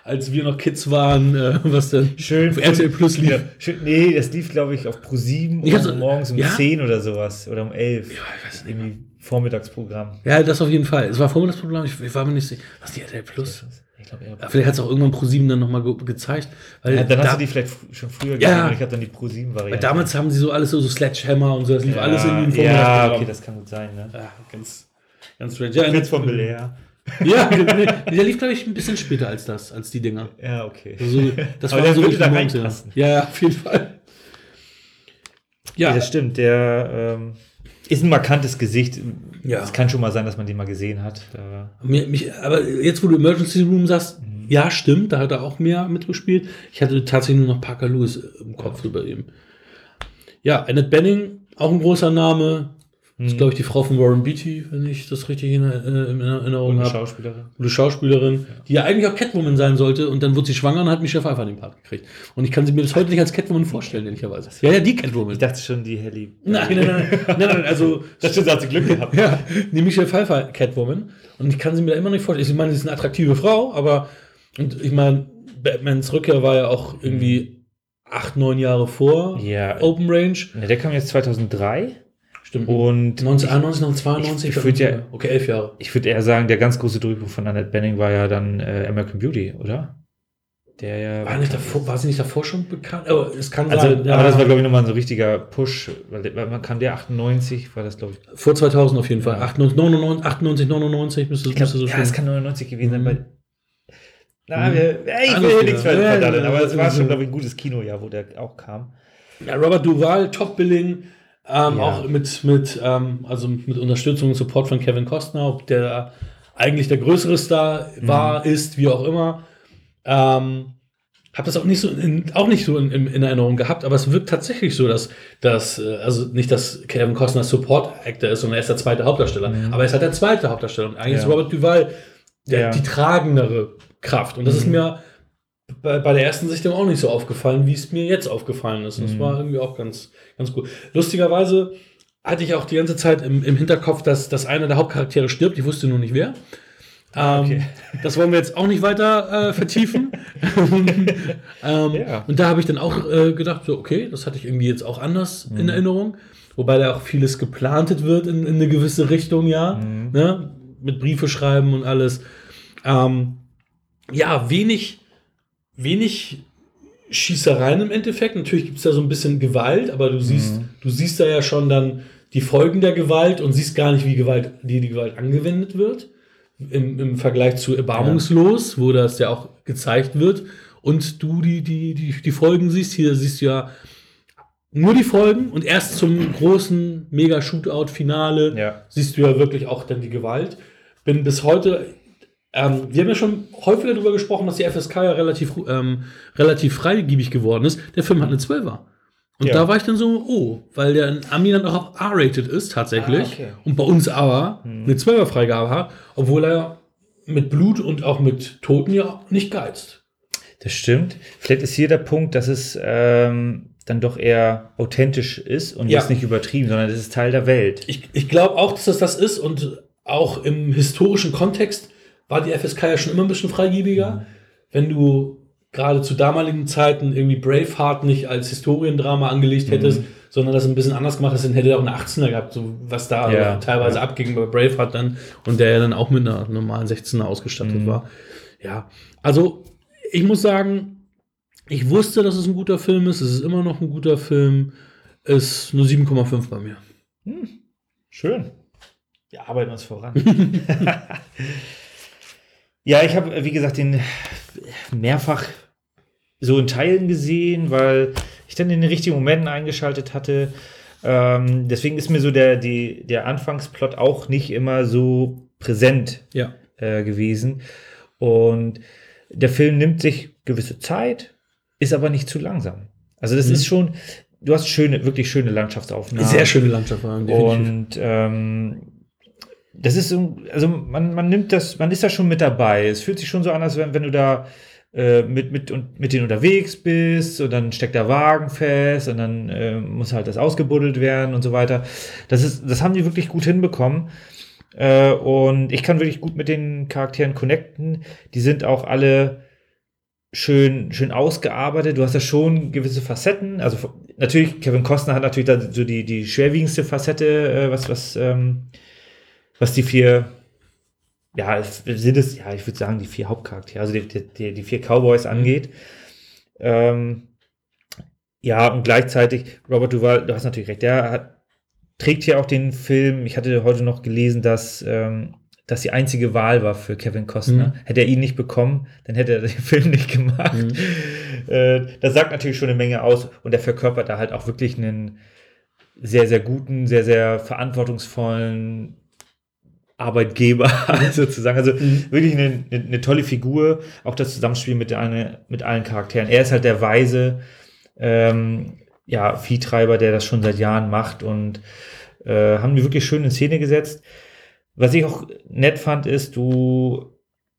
als wir noch Kids waren, äh, was denn Schön. auf R T L Plus lief. Ja, schön, nee, das lief, glaube ich, auf ProSieben Ich hab so- um, morgens um ja? zehn oder sowas. Oder um elf. Ja, ich weiß nicht. Irgendwie Vormittagsprogramm. Ja, das auf jeden Fall. Es war Vormittagsprogramm, ich, ich war mir nicht sicher. Was, die R T L Plus? Ich glaube, eher. Ja, vielleicht hat es auch irgendwann ProSieben dann nochmal ge gezeigt. Weil Ja, dann da, hast du die vielleicht f- schon früher Ja. gesehen und ich habe dann die ProSieben-Variante. weil damals haben sie so alles so, so Sledgehammer und so, das lief ja, alles in den Ja, Vormittagsprogramm. okay, das kann gut sein, ne? Ja, ganz, ganz strange. Ja, Prinz von Bel-Air. Ja, nee, der lief, glaube ich, ein bisschen später als das, als die Dinger. Ja, okay. Also, das Aber war der so würde richtig da morgens, ja. reinpassen. Ja, ja, auf jeden Fall. Ja, Ja, das stimmt. Der ähm, ist ein markantes Gesicht. Ja. Es kann schon mal sein, dass man den mal gesehen hat. Da, mir, mich, aber jetzt, wo du Emergency Room sagst, ja, stimmt, da hat er auch mehr mitgespielt. Ich hatte tatsächlich nur noch Parker Lewis im Kopf über ihm. Ja, Annette Bening, auch ein großer Name. Das ist, glaube ich, die Frau von Warren Beatty, wenn ich das richtig in, äh, in Erinnerung und eine habe. Schauspielerin. Gute Schauspielerin, die ja eigentlich auch Catwoman sein sollte, und dann wurde sie schwanger und hat Michelle Pfeiffer den Part gekriegt. Und ich kann sie mir das heute nicht als Catwoman vorstellen, ehrlicherweise. Ja, ja, die Catwoman. Ich dachte schon, die Halle. Nein, nein, nein, nein, nein, also, Das stimmt, da hat sie Glück gehabt. ja, die Michelle Pfeiffer Catwoman. Und ich kann sie mir da immer nicht vorstellen. Ich meine, sie ist eine attraktive Frau, aber, und ich meine, Batmans Rückkehr war ja auch irgendwie acht, neun Jahre vor Ja. Open Range. Ne, der kam jetzt zweitausenddrei. Stimmt. Und neunzehnhunderteinundneunzig, neunzehnhundertzweiundneunzig. ich- ich würd ja- okay, elf Jahre. ich würde eher sagen, der ganz große Durchbruch von Annette Bening war ja dann äh, American Beauty, oder? Der ja. War, nicht davor, war sie nicht davor schon bekannt? Aber es kann Also, sein. aber das war, glaube ich, nochmal so ein richtiger Push, weil, der- weil man kam der achtundneunzig, war das, glaube ich. vor zweitausend auf jeden Fall. achtundneunzig, neunundneunzig, achtundneunzig, neunundneunzig müsste, Ich glaub, müsste so ja, schon. es kann neunundneunzig gewesen sein, Mhm. weil. Na, Mhm. wir, ja, ich Alles will hier wieder. nichts Ja, verdammen, ja, aber es war ja. schon, glaube ich, ein gutes Kinojahr, wo der auch kam. Ja, Robert Duvall, Top-Billing, ähm, Ja. auch mit, mit, ähm, also mit Unterstützung und Support von Kevin Costner, der eigentlich der größere Star war, ist, wie auch immer. Ähm, habe das auch nicht so in, auch nicht so in, in, in Erinnerung gehabt, aber es wirkt tatsächlich so, dass, dass äh, also nicht, dass Kevin Costner Support-Actor ist, sondern er ist der zweite Hauptdarsteller. Aber er ist halt der zweite Hauptdarsteller. Und eigentlich Ja. ist Robert Duvall der, Ja. die tragendere Kraft. Und das ist mir bei, bei der ersten Sichtung auch nicht so aufgefallen, wie es mir jetzt aufgefallen ist. Das Mhm. war irgendwie auch ganz, ganz gut. Lustigerweise hatte ich auch die ganze Zeit im, im Hinterkopf, dass, dass einer der Hauptcharaktere stirbt. Ich wusste nur nicht wer. Ähm, Okay. Das wollen wir jetzt auch nicht weiter äh, vertiefen. ähm, Ja. Und da habe ich dann auch äh, gedacht, so, okay, das hatte ich irgendwie jetzt auch anders in Erinnerung. Wobei da auch vieles geplantet wird in, in eine gewisse Richtung, ja. Ne? Mit Briefe schreiben und alles. Ähm, ja, wenig, wenig Schießereien im Endeffekt. Natürlich gibt es da so ein bisschen Gewalt, aber du siehst, du siehst da ja schon dann die Folgen der Gewalt und siehst gar nicht, wie Gewalt, die, die Gewalt angewendet wird. Im, im Vergleich zu Erbarmungslos, wo das ja auch gezeigt wird. Und du die, die, die, die Folgen siehst. Hier siehst du ja nur die Folgen und erst zum großen Mega-Shootout-Finale Ja. siehst du ja wirklich auch dann die Gewalt. Bin bis heute, ähm, wir haben ja schon häufiger darüber gesprochen, dass die F S K ja relativ, ähm, relativ freigebig geworden ist. Der Film hat eine zwölfer. Und Ja. da war ich dann so, oh, weil der in Amiland auch auf R-rated ist tatsächlich. Ah, okay. Und bei uns aber eine zwölfer Freigabe hat, obwohl er mit Blut und auch mit Toten ja nicht geizt. Das stimmt. Vielleicht ist hier der Punkt, dass es ähm, dann doch eher authentisch ist und Ja. jetzt nicht übertrieben, sondern es ist Teil der Welt. Ich, ich glaube auch, dass das das ist und auch im historischen Kontext war die F S K ja schon immer ein bisschen freigebiger. Wenn du gerade zu damaligen Zeiten irgendwie Braveheart nicht als Historiendrama angelegt hättest, sondern das ein bisschen anders gemacht hast, dann hätte er auch eine achtzehner gehabt, so was da Ja, teilweise ja. abging bei Braveheart dann und der ja dann auch mit einer normalen sechzehner ausgestattet war. Ja, also ich muss sagen, ich wusste, dass es ein guter Film ist, es ist immer noch ein guter Film, ist nur sieben Komma fünf bei mir. Schön. Wir arbeiten uns voran. Ja, ich habe, wie gesagt, den mehrfach so in Teilen gesehen, weil ich dann in den richtigen Momenten eingeschaltet hatte. Ähm, deswegen ist mir so der, die, der Anfangsplot auch nicht immer so präsent Ja. äh, gewesen. Und der Film nimmt sich gewisse Zeit, ist aber nicht zu langsam. Also das Mhm. ist schon, du hast schöne, wirklich schöne Landschaftsaufnahmen. Sehr schöne Landschaft, definitiv. Und ähm, das ist so, also man, man nimmt das, man ist da schon mit dabei. Es fühlt sich schon so an, als wenn, wenn du da äh, mit, mit, und, mit denen unterwegs bist und dann steckt der Wagen fest und dann äh, muss halt das ausgebuddelt werden und so weiter. Das ist, das haben die wirklich gut hinbekommen. Äh, und ich kann wirklich gut mit den Charakteren connecten. Die sind auch alle schön, schön ausgearbeitet. Du hast ja schon gewisse Facetten. Also natürlich, Kevin Costner hat natürlich da so die, die schwerwiegendste Facette, äh, was, was, ähm, was die vier, ja, sind es, ja, ich würde sagen, die vier Hauptcharaktere, also die, die, die vier Cowboys angeht. Ähm, ja, und gleichzeitig, Robert Duvall, du hast natürlich recht, der hat, trägt hier auch den Film. Ich hatte heute noch gelesen, dass ähm, das die einzige Wahl war für Kevin Costner. Mhm. Hätte er ihn nicht bekommen, dann hätte er den Film nicht gemacht. Mhm. Äh, das sagt natürlich schon eine Menge aus und er verkörpert da halt auch wirklich einen sehr, sehr guten, sehr, sehr verantwortungsvollen Arbeitgeber sozusagen. Also mhm. wirklich eine, eine, eine tolle Figur. Auch das Zusammenspiel mit, eine, mit allen Charakteren. Er ist halt der weise ähm, ja, Viehtreiber, der das schon seit Jahren macht und äh, haben die wirklich schön in Szene gesetzt. Was ich auch nett fand, ist, du,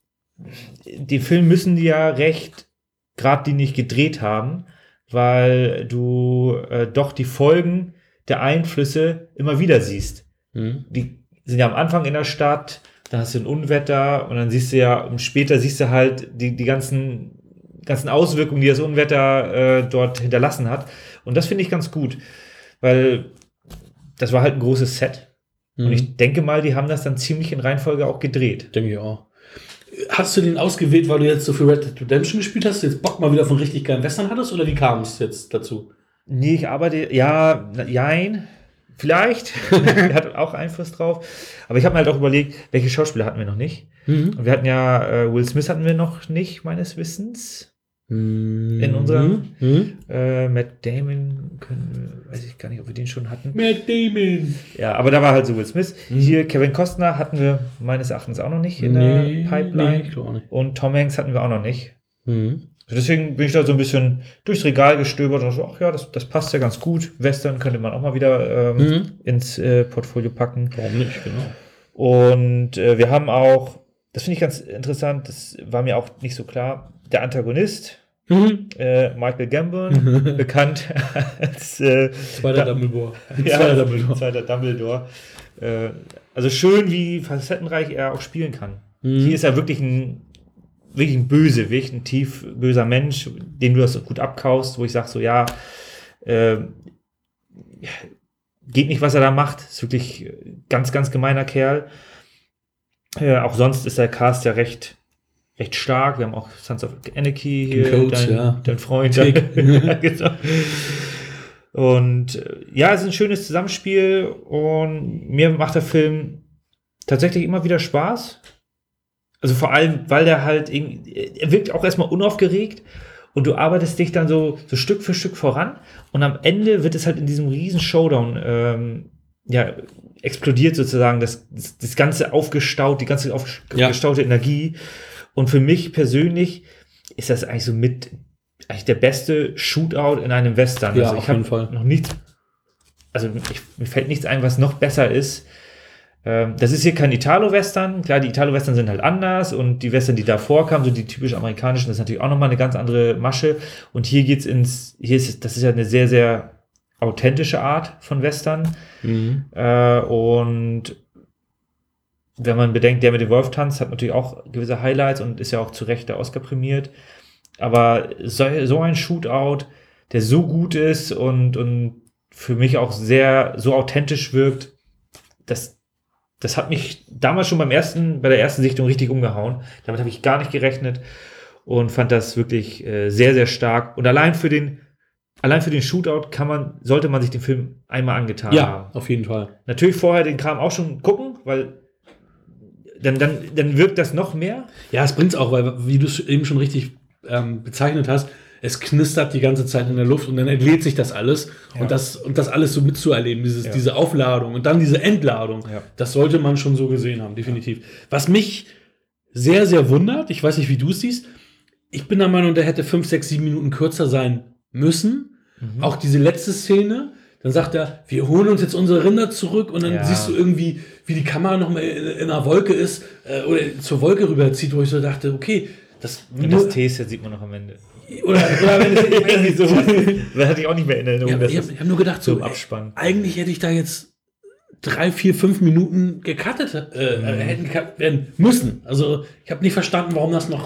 den Film müssen die ja recht geradlinig gedreht haben, weil du äh, doch die Folgen der Einflüsse immer wieder siehst. Mhm. Die sind ja am Anfang in der Stadt, dann hast du ein Unwetter und dann siehst du ja, später siehst du halt die, die ganzen, ganzen Auswirkungen, die das Unwetter äh, dort hinterlassen hat. Und das finde ich ganz gut, weil das war halt ein großes Set. Und ich denke mal, die haben das dann ziemlich in Reihenfolge auch gedreht. Denke ich auch. Hast du den ausgewählt, weil du jetzt so viel Red Dead Redemption gespielt hast, jetzt Bock mal wieder von richtig geilen Western hattest, oder wie kam es jetzt dazu? Nee, ich arbeite, ja, jein, vielleicht. Er hat auch Einfluss drauf. Aber ich habe mir halt auch überlegt, welche Schauspieler hatten wir noch nicht. Mhm. Und wir hatten ja, äh, Will Smith hatten wir noch nicht, meines Wissens. Mhm. In unserem mhm. äh, Matt Damon, können, weiß ich gar nicht, ob wir den schon hatten. Matt Damon! Ja, aber da war halt so Will Smith. Mhm. Hier Kevin Costner hatten wir meines Erachtens auch noch nicht in nee, der Pipeline. Nee, ich auch nicht. Und Tom Hanks hatten wir auch noch nicht. Mhm. Deswegen bin ich da so ein bisschen durchs Regal gestöbert und so, ach ja, das, das passt ja ganz gut. Western könnte man auch mal wieder ähm, mhm. ins äh, Portfolio packen. Warum nicht, genau. Und äh, wir haben auch, das finde ich ganz interessant, das war mir auch nicht so klar, der Antagonist, mhm. äh, Michael Gambon, bekannt als äh, zweiter da- Dumbledore. Ja, zweiter Dumbledore. Zweiter Dumbledore. Äh, also schön, wie facettenreich er auch spielen kann. Mhm. Hier ist er wirklich ein, wirklich ein Bösewicht, ein tief böser Mensch, den du das gut abkaust, wo ich sage so, ja, äh, geht nicht, was er da macht. Ist wirklich ganz, ganz gemeiner Kerl. Äh, auch sonst ist der Cast ja recht recht stark. Wir haben auch Sons of Anarchy hier, Codes, dein, ja. dein Freund. Ja, genau. Und äh, ja, es ist ein schönes Zusammenspiel und mir macht der Film tatsächlich immer wieder Spaß. Also vor allem, weil der halt irgendwie, er wirkt auch erstmal unaufgeregt und du arbeitest dich dann so, so Stück für Stück voran und am Ende wird es halt in diesem riesen Showdown ähm, ja, explodiert sozusagen das, das, das ganze aufgestaut, die ganze aufgestaute ja. Energie. Und für mich persönlich ist das eigentlich so mit eigentlich der beste Shootout in einem Western. Ja, also ich habe noch nichts, also ich, mir fällt nichts ein, was noch besser ist. Ähm, das ist hier kein Italo-Western. Klar, die Italo-Western sind halt anders und die Western, die davor kamen, so die typisch amerikanischen, das ist natürlich auch nochmal eine ganz andere Masche. Und hier geht's ins, hier ist das ist ja eine sehr, sehr authentische Art von Western. Mhm. Äh, und wenn man bedenkt, der mit dem Wolf tanzt, hat natürlich auch gewisse Highlights und ist ja auch zu Recht der Oscar prämiert. Aber so, so ein Shootout, der so gut ist und, und für mich auch sehr so authentisch wirkt, das, das hat mich damals schon beim ersten, bei der ersten Sichtung richtig umgehauen. Damit habe ich gar nicht gerechnet und fand das wirklich äh, sehr, sehr stark. Und allein für den Allein für den Shootout kann man, sollte man sich den Film einmal angetan ja, haben. Ja, auf jeden Fall. Natürlich vorher den Kram auch schon gucken, weil dann, dann, dann wirkt das noch mehr. Ja, es bringt's auch, weil, wie du es eben schon richtig ähm, bezeichnet hast, es knistert die ganze Zeit in der Luft und dann entlädt sich das alles. Ja. Und, das, und das alles so mitzuerleben, dieses, ja. diese Aufladung und dann diese Entladung, ja. das sollte man schon so gesehen haben, definitiv. Ja. Was mich sehr, sehr wundert, ich weiß nicht, wie du es siehst, ich bin der Meinung, der hätte fünf, sechs, sieben Minuten kürzer sein müssen. Mhm. Auch diese letzte Szene, dann sagt er, wir holen uns jetzt unsere Rinder zurück und dann ja. siehst du irgendwie, wie die Kamera noch mal in, in einer Wolke ist äh, oder zur Wolke rüberzieht, wo ich so dachte, okay, das... Und das T-Set sieht man noch am Ende. Oder, oder wenn es irgendwie so... Das hatte ich auch nicht mehr in Erinnerung. Ja, ich habe hab nur gedacht, so, Abspann. Eigentlich hätte ich da jetzt drei, vier, fünf Minuten gecuttet, äh, mhm. hätten gecuttet werden müssen. Also ich habe nicht verstanden, warum das noch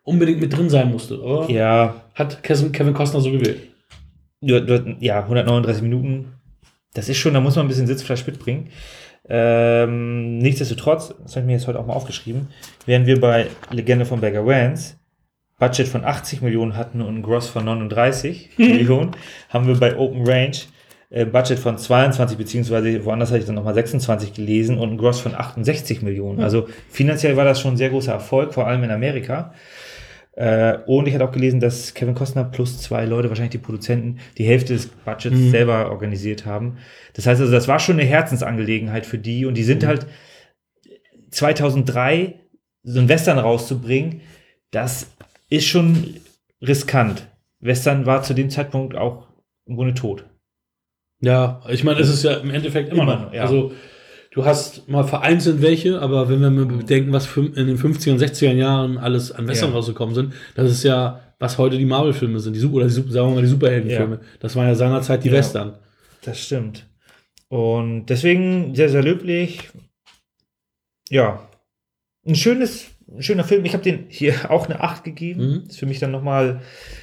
unbedingt mit drin sein musste, oder? Ja. Hat Kevin Costner so gewählt. Du, du, ja, hundertneununddreißig Minuten. Das ist schon, da muss man ein bisschen Sitzfleisch mitbringen. Ähm, nichtsdestotrotz, das habe ich mir jetzt heute auch mal aufgeschrieben, während wir bei Legende von Bagger Vance Budget von achtzig Millionen hatten und ein Gross von neununddreißig Millionen, haben wir bei Open Range äh, Budget von zweiundzwanzig, beziehungsweise woanders hatte ich dann nochmal sechsundzwanzig gelesen und ein Gross von achtundsechzig Millionen. Also finanziell war das schon ein sehr großer Erfolg, vor allem in Amerika. Äh, und ich hatte auch gelesen, dass Kevin Costner plus zwei Leute, wahrscheinlich die Produzenten, die Hälfte des Budgets mhm. selber organisiert haben. Das heißt also, das war schon eine Herzensangelegenheit für die und die sind mhm. halt zweitausenddrei so ein Western rauszubringen, das ist schon riskant. Western war zu dem Zeitpunkt auch im Grunde tot. Ja, ich meine, es ist ja im Endeffekt immer, immer noch. Ja. Also du hast mal vereinzelt welche, aber wenn wir mal bedenken, was in den fünfziger und sechziger Jahren alles an Western ja. rausgekommen sind, das ist ja, was heute die Marvel-Filme sind, die Super, oder die, sagen wir mal die Superheldenfilme. Ja. Das waren ja seinerzeit die ja. Western. Das stimmt. Und deswegen sehr, sehr löblich. Ja, ein schönes, ein schöner Film. Ich habe den hier auch eine acht gegeben. Mhm. Ist für mich dann nochmal,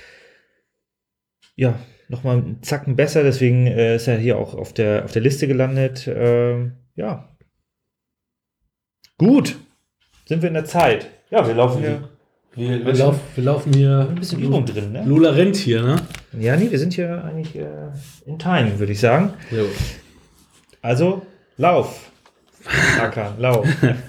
ja, nochmal einen Zacken besser. Deswegen äh, ist er hier auch auf der, auf der Liste gelandet. Ähm, Ja. Gut. Sind wir in der Zeit? Ja, wir laufen hier. Wir, wir, wir, lauf, wir laufen hier. Ein bisschen Übung drin, ne? Lula rennt hier, ne? Ja, nee, wir sind hier eigentlich äh, in Time, würde ich sagen. Jo. Also, lauf. Hakan, lauf.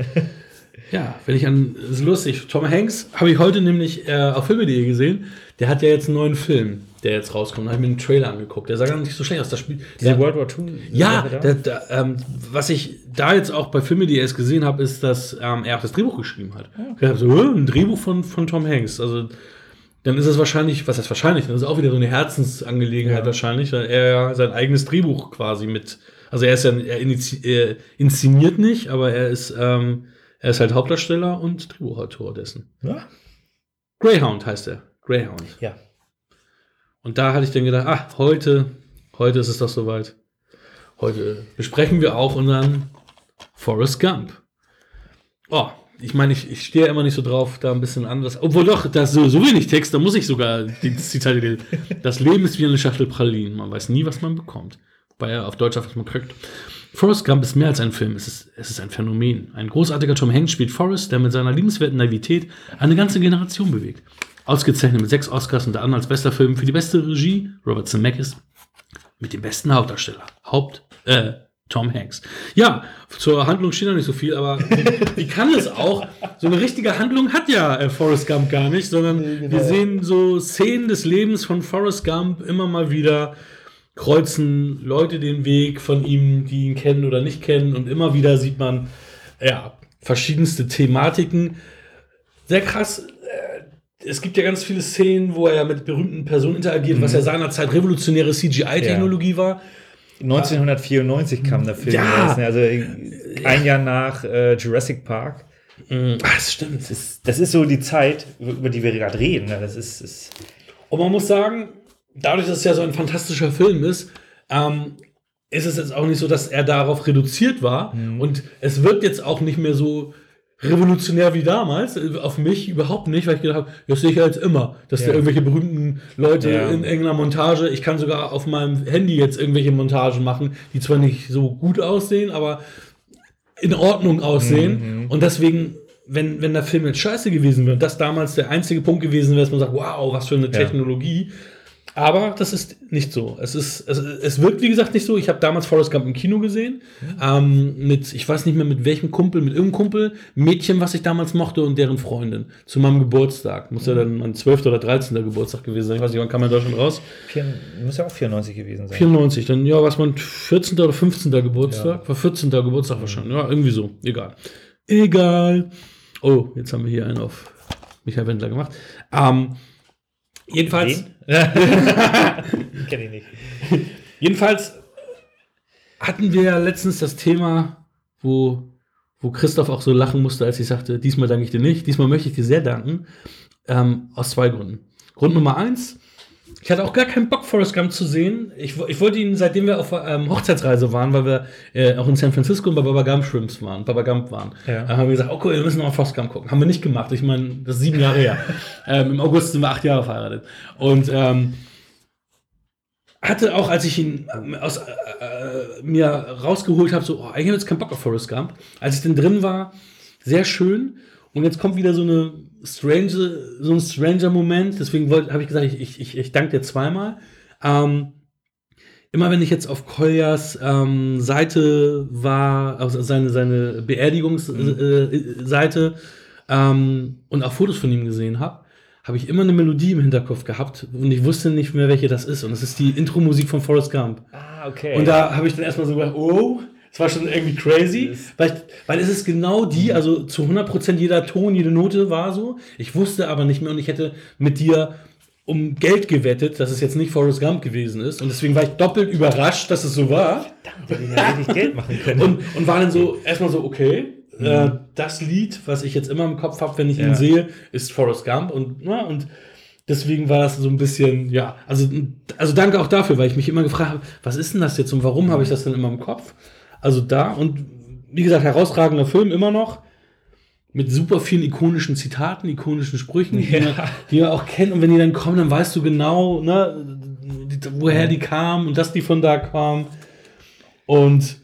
Ja, wenn ich an. Das ist lustig. Tom Hanks habe ich heute nämlich äh, auf Filme punkt de gesehen. Der hat ja jetzt einen neuen Film, der jetzt rauskommt. Da habe ich mir einen Trailer angeguckt. Der sah gar nicht so schlecht aus. Das Spiel. Diese World War Two. Ja, da, da, ähm, was ich da jetzt auch bei Filme punkt de erst gesehen habe, ist, dass ähm, er auch das Drehbuch geschrieben hat. Ja. Ich habe so, ein Drehbuch von, von Tom Hanks. Also, dann ist es wahrscheinlich, was heißt wahrscheinlich? Dann ist es auch wieder so eine Herzensangelegenheit ja. wahrscheinlich, weil er ja sein eigenes Drehbuch quasi mit. Also, er ist ja, er, inizi- er inszeniert nicht, aber er ist, ähm, er ist halt Hauptdarsteller und Drehbuchautor dessen. Ja. Greyhound heißt er. Greyhound. Ja. Und da hatte ich dann gedacht, ach, heute, heute ist es doch soweit. Heute besprechen wir auch unseren Forrest Gump. Oh, ich meine, ich, ich stehe ja immer nicht so drauf, da ein bisschen anders. Obwohl doch, da ist so, so wenig Text, da muss ich sogar die Zitate lesen. Das Leben ist wie eine Schachtel Pralinen. Man weiß nie, was man bekommt. Wobei er auf Deutsch einfach mal kriegt. Forrest Gump ist mehr als ein Film, es ist, es ist ein Phänomen. Ein großartiger Tom Hanks spielt Forrest, der mit seiner liebenswerten Naivität eine ganze Generation bewegt. Ausgezeichnet mit sechs Oscars unter anderem als bester Film für die beste Regie, Robert Zemeckis, mit dem besten Hauptdarsteller, Haupt, äh, Tom Hanks. Ja, zur Handlung steht noch nicht so viel, aber wie, wie kann es auch? So eine richtige Handlung hat ja äh, Forrest Gump gar nicht, sondern nee, genau. wir sehen so Szenen des Lebens von Forrest Gump immer mal wieder. Kreuzen Leute den Weg von ihm, die ihn kennen oder nicht kennen, und immer wieder sieht man ja verschiedenste Thematiken. Sehr krass. Es gibt ja ganz viele Szenen, wo er ja mit berühmten Personen interagiert, mhm. was ja seinerzeit revolutionäre C G I-Technologie ja. war. neunzehnhundertvierundneunzig kam der Film ja. raus, also ein Jahr nach äh, Jurassic Park. Mhm. Ach, das stimmt. Das ist, das ist so die Zeit, über die wir gerade reden. Das ist, ist und man muss sagen, dadurch, dass es ja so ein fantastischer Film ist, ähm, ist es jetzt auch nicht so, dass er darauf reduziert war. Mhm. Und es wird jetzt auch nicht mehr so revolutionär wie damals. Auf mich überhaupt nicht, weil ich gedacht habe, das sehe ich ja jetzt immer, dass ja. da irgendwelche berühmten Leute ja. in irgendeiner Montage, ich kann sogar auf meinem Handy jetzt irgendwelche Montagen machen, die zwar nicht so gut aussehen, aber in Ordnung aussehen. Mhm. Und deswegen, wenn, wenn der Film jetzt scheiße gewesen wäre, und das damals der einzige Punkt gewesen wäre, dass man sagt, wow, was für eine Technologie. Ja. Aber das ist nicht so. Es ist, es, es wirkt, wie gesagt, nicht so. Ich habe damals Forrest Gump im Kino gesehen. Mhm. Ähm, mit, ich weiß nicht mehr mit welchem Kumpel, mit irgendeinem Kumpel, Mädchen, was ich damals mochte, und deren Freundin. Zu meinem Geburtstag. Muss mhm. ja dann mein zwölfter oder dreizehnter Geburtstag gewesen sein. Ich weiß nicht, wann kam er da schon raus? Vier, muss ja auch vierundneunzig gewesen sein. vierundneunzig, dann ja, was mein vierzehnter oder fünfzehnter Geburtstag? Ja. War vierzehnter Geburtstag mhm. wahrscheinlich. Ja, irgendwie so. Egal. Egal. Oh, jetzt haben wir hier einen auf Michael Wendler gemacht. Ähm, Jedenfalls. Kenn ich nicht. Jedenfalls hatten wir ja letztens das Thema, wo, wo Christoph auch so lachen musste, als ich sagte, diesmal danke ich dir nicht, diesmal möchte ich dir sehr danken. Ähm, aus zwei Gründen. Grund Nummer eins, Ich hatte auch gar keinen Bock, Forrest Gump zu sehen. Ich, ich wollte ihn, seitdem wir auf ähm, Hochzeitsreise waren, weil wir äh, auch in San Francisco und bei Baba Gump Shrimps waren, Baba Gump waren, Ja. äh, haben wir gesagt, oh cool, wir müssen noch mal Forrest Gump gucken. Haben wir nicht gemacht. Ich meine, das ist sieben Jahre her. ähm, Im August sind wir acht Jahre verheiratet. Und ähm, hatte auch, als ich ihn ähm, aus äh, äh, mir rausgeholt habe, so, oh, eigentlich habe ich jetzt keinen Bock auf Forrest Gump. Als ich dann drin war, sehr schön. Und jetzt kommt wieder so eine strange, so ein stranger Moment. Deswegen habe ich gesagt, ich, ich, ich danke dir zweimal. Ähm, immer wenn ich jetzt auf Koljas ähm, Seite war, also seine, seine Beerdigungsseite mhm. ähm, und auch Fotos von ihm gesehen habe, habe ich immer eine Melodie im Hinterkopf gehabt und ich wusste nicht mehr, welche das ist. Und das ist die Intro-Musik von Forrest Gump. Ah, okay. Und da habe ich dann erstmal so gedacht, oh, das war schon irgendwie crazy, weil, weil es ist genau die, also zu hundert Prozent jeder Ton, jede Note war so. Ich wusste aber nicht mehr und ich hätte mit dir um Geld gewettet, dass es jetzt nicht Forrest Gump gewesen ist. Und deswegen war ich doppelt überrascht, dass es so war. Verdammt, hätte ich ja richtig Geld machen können. Und, und war dann so erstmal so, okay, mhm. äh, das Lied, was ich jetzt immer im Kopf habe, wenn ich ja. ihn sehe, ist Forrest Gump. Und, na, und deswegen war das so ein bisschen, ja, also, also danke auch dafür, weil ich mich immer gefragt habe, was ist denn das jetzt und warum habe ich das denn immer im Kopf? Also da und wie gesagt, herausragender Film immer noch mit super vielen ikonischen Zitaten, ikonischen Sprüchen, ja. die, man, die man auch kennt. Und wenn die dann kommen, dann weißt du genau, ne, die, woher die kamen und dass die von da kamen. Und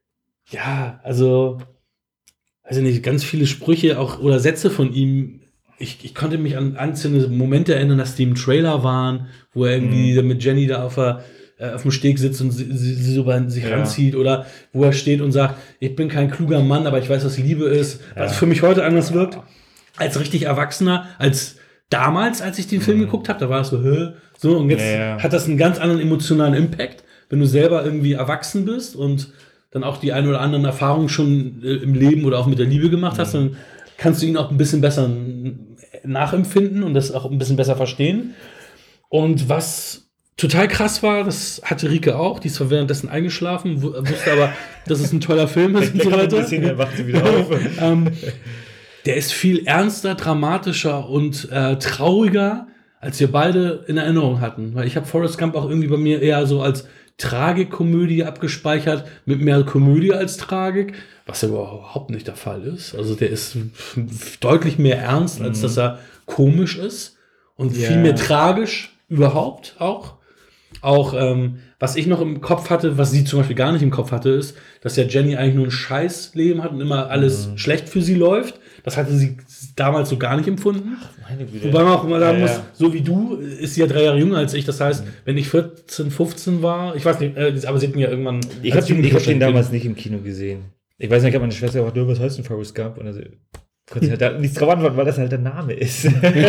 ja, also, weiß ich nicht, ganz viele Sprüche auch oder Sätze von ihm. Ich, ich konnte mich an einzelne Momente erinnern, dass die im Trailer waren, wo er irgendwie mhm. mit Jenny da auf der auf dem Steg sitzt und sie, sie, sie so bei sich ja. ranzieht oder wo er steht und sagt, ich bin kein kluger Mann, aber ich weiß, was Liebe ist. Ja. Was für mich heute anders wirkt. Als richtig Erwachsener, als damals, als ich den Film mhm. geguckt habe, da war es so, hä? So, und jetzt ja, ja. hat das einen ganz anderen emotionalen Impact, wenn du selber irgendwie erwachsen bist und dann auch die ein oder anderen Erfahrungen schon äh, im Leben oder auch mit der Liebe gemacht mhm. hast, dann kannst du ihn auch ein bisschen besser nachempfinden und das auch ein bisschen besser verstehen. Und was total krass war, das hatte Rike auch, die ist zwar währenddessen eingeschlafen, wusste aber, dass es ein toller Film ist und so weiter. Bisschen, wacht sie wieder auf. ähm, der ist viel ernster, dramatischer und äh, trauriger, als wir beide in Erinnerung hatten. Weil ich habe Forrest Gump auch irgendwie bei mir eher so als Tragikkomödie abgespeichert, mit mehr Komödie als Tragik, was ja überhaupt nicht der Fall ist. Also der ist deutlich mehr ernst, als mhm. dass er komisch ist und yeah. viel mehr tragisch überhaupt auch. Auch, ähm, was ich noch im Kopf hatte, was sie zum Beispiel gar nicht im Kopf hatte, ist, dass ja Jenny eigentlich nur ein Scheißleben hat und immer alles mhm. schlecht für sie läuft. Das hatte sie damals so gar nicht empfunden. Ach, meine Güte. Wobei man auch immer sagen ja, muss, ja. so wie du, ist sie ja drei Jahre jünger als ich. Das heißt, mhm. wenn ich vierzehn, fünfzehn war, ich weiß nicht, äh, aber sie hatten ja irgendwann... Ich habe den, hab den damals nicht im Kino gesehen. Ich weiß nicht, ich habe meine Schwester gesagt, was heißt denn Forrest Gump? Und also, konnte halt da nichts drauf antworten, weil das halt der Name ist.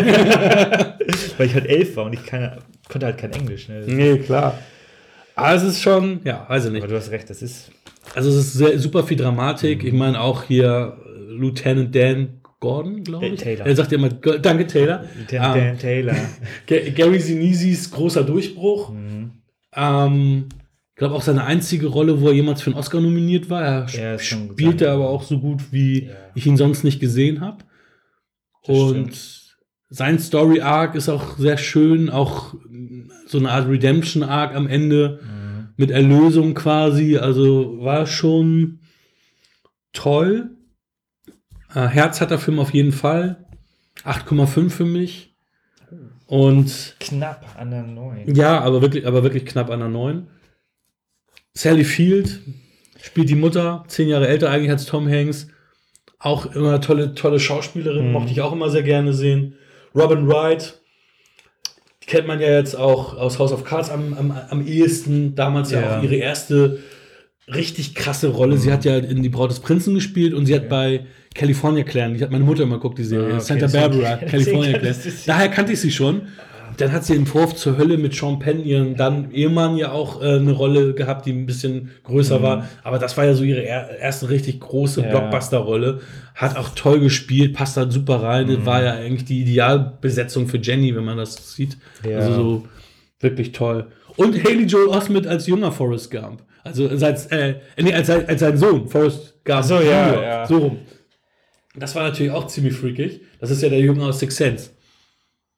Weil ich halt elf war und ich keine, konnte halt kein Englisch. Ne? Nee, klar. Aber es ist schon, ja, weiß ich nicht. Aber du hast recht, das ist... Also es ist sehr, super viel Dramatik. Mhm. Ich meine auch hier Lieutenant Dan Gordon, glaube ich. Taylor. Er sagt ja immer, danke Taylor. Lieutenant Dan Taylor. Gary Sinises großer Durchbruch. Mhm. Ähm, ich glaube auch seine einzige Rolle, wo er jemals für einen Oscar nominiert war. Er ja, spielte aber auch so gut, wie ja. ich ihn sonst nicht gesehen habe. Und stimmt. Sein Story-Arc ist auch sehr schön. Auch so eine Art Redemption-Arc am Ende. Mhm. Mit Erlösung quasi. Also war schon toll. Äh, Herz hat der Film auf jeden Fall. acht Komma fünf für mich. Und knapp an der neun. Ja, aber wirklich, aber wirklich knapp an der neun. Sally Field spielt die Mutter, zehn Jahre älter eigentlich als Tom Hanks. Auch immer tolle, tolle Schauspielerin, mhm. mochte ich auch immer sehr gerne sehen. Robin Wright, die kennt man ja jetzt auch aus House of Cards am, am, am ehesten. Damals ja. ja auch ihre erste richtig krasse Rolle. Mhm. Sie hat ja in Die Braut des Prinzen gespielt und sie hat okay. bei California Clan, die hat meine Mutter immer geguckt, die Serie, ah, okay. Santa Barbara, California Clan. Daher kannte ich sie schon. Dann hat sie im Vorwurf zur Hölle mit Sean Penn, ihren dann Ehemann, ja auch äh, eine Rolle gehabt, die ein bisschen größer mhm. war. Aber das war ja so ihre er- erste richtig große ja. Blockbuster-Rolle. Hat auch toll gespielt, passt da super rein. Mhm. War ja eigentlich die Idealbesetzung für Jenny, wenn man das sieht. Ja. Also so wirklich toll. Und Haley Joel Osment als junger Forrest Gump. Also als, äh, nee, als, als sein Sohn, Forrest Gump. So, ja, ja. So rum. Das war natürlich auch ziemlich freakig. Das ist ja der Junge aus Sixth Sense.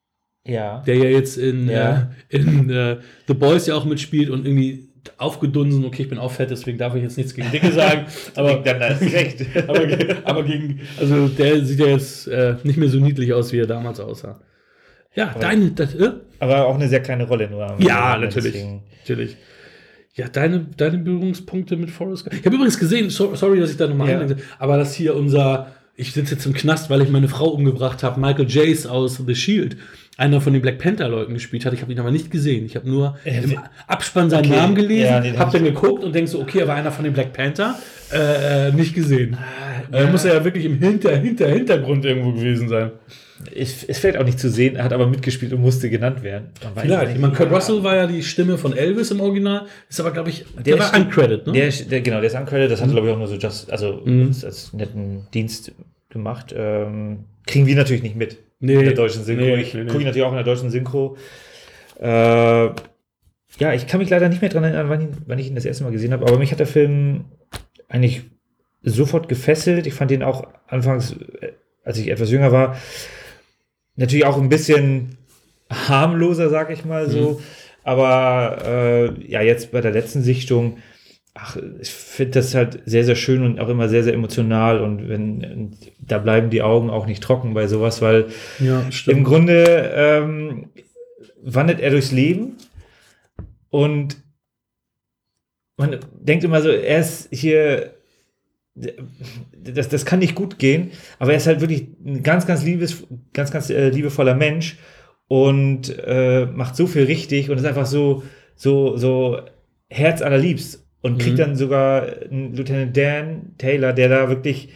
Ja. der ja jetzt in, Ja. äh, in äh, The Boys ja auch mitspielt und irgendwie aufgedunsen, okay, ich bin auch fett, deswegen darf ich jetzt nichts gegen Dicke sagen, aber, Dann hast du recht. aber, ge- aber gegen, also der sieht ja jetzt äh, nicht mehr so niedlich aus, wie er damals aussah. Ja, Aber- deine, das, äh? Aber auch eine sehr kleine Rolle nur. am Ja, Ende, natürlich. deswegen- Natürlich. Ja, deine, deine Berührungspunkte mit Forrest Gump. Ich habe übrigens gesehen, so, sorry, dass ich da nochmal Ja. einlenke, aber dass hier unser, ich sitze jetzt im Knast, weil ich meine Frau umgebracht habe, Michael Jace aus The Shield, einer von den Black Panther-Leuten gespielt hat. Ich habe ihn aber nicht gesehen. Ich habe nur Äh, im Abspann seinen okay. Namen gelesen, Ja, den habe hab dann geguckt und denk so, okay, er war einer von den Black Panther. Äh, äh, nicht gesehen. Äh, ja. muss er ja wirklich im Hinter, Hinter, Hintergrund irgendwo gewesen sein. Es, es fällt auch nicht zu sehen, er hat aber mitgespielt und musste genannt werden. Man weiß Vielleicht. nicht. Ich meine, Kurt Russell war ja die Stimme von Elvis im Original, ist aber, glaube ich, der, Der war ist- uncredited, ne? Der, ist- der, genau, der ist uncredited, das hat, Mhm. glaube ich, auch nur so just, also Mhm. als, als netten Dienst gemacht. Ähm, kriegen wir natürlich nicht mit Nee. in der deutschen Synchro. Nee, ich nee, nee. gucke natürlich auch in der deutschen Synchro. Äh, ja, ich kann mich leider nicht mehr dran erinnern, wann ich, wann ich ihn das erste Mal gesehen habe, aber mich hat der Film eigentlich sofort gefesselt. Ich fand ihn auch anfangs, äh, als ich etwas jünger war, natürlich auch ein bisschen harmloser, sag ich mal so. Mhm. Aber äh, ja, jetzt bei der letzten Sichtung, ach, ich finde das halt sehr, sehr schön und auch immer sehr, sehr emotional. Und wenn und da bleiben die Augen auch nicht trocken bei sowas, weil Ja, im Grunde ähm, wandert er durchs Leben und man denkt immer so, er ist hier, das, das kann nicht gut gehen, aber er ist halt wirklich ein ganz, ganz liebes, ganz, ganz äh, liebevoller Mensch und äh, macht so viel richtig und ist einfach so, so, so herzallerliebst und kriegt Mhm. dann sogar einen Lieutenant Dan Taylor, der da wirklich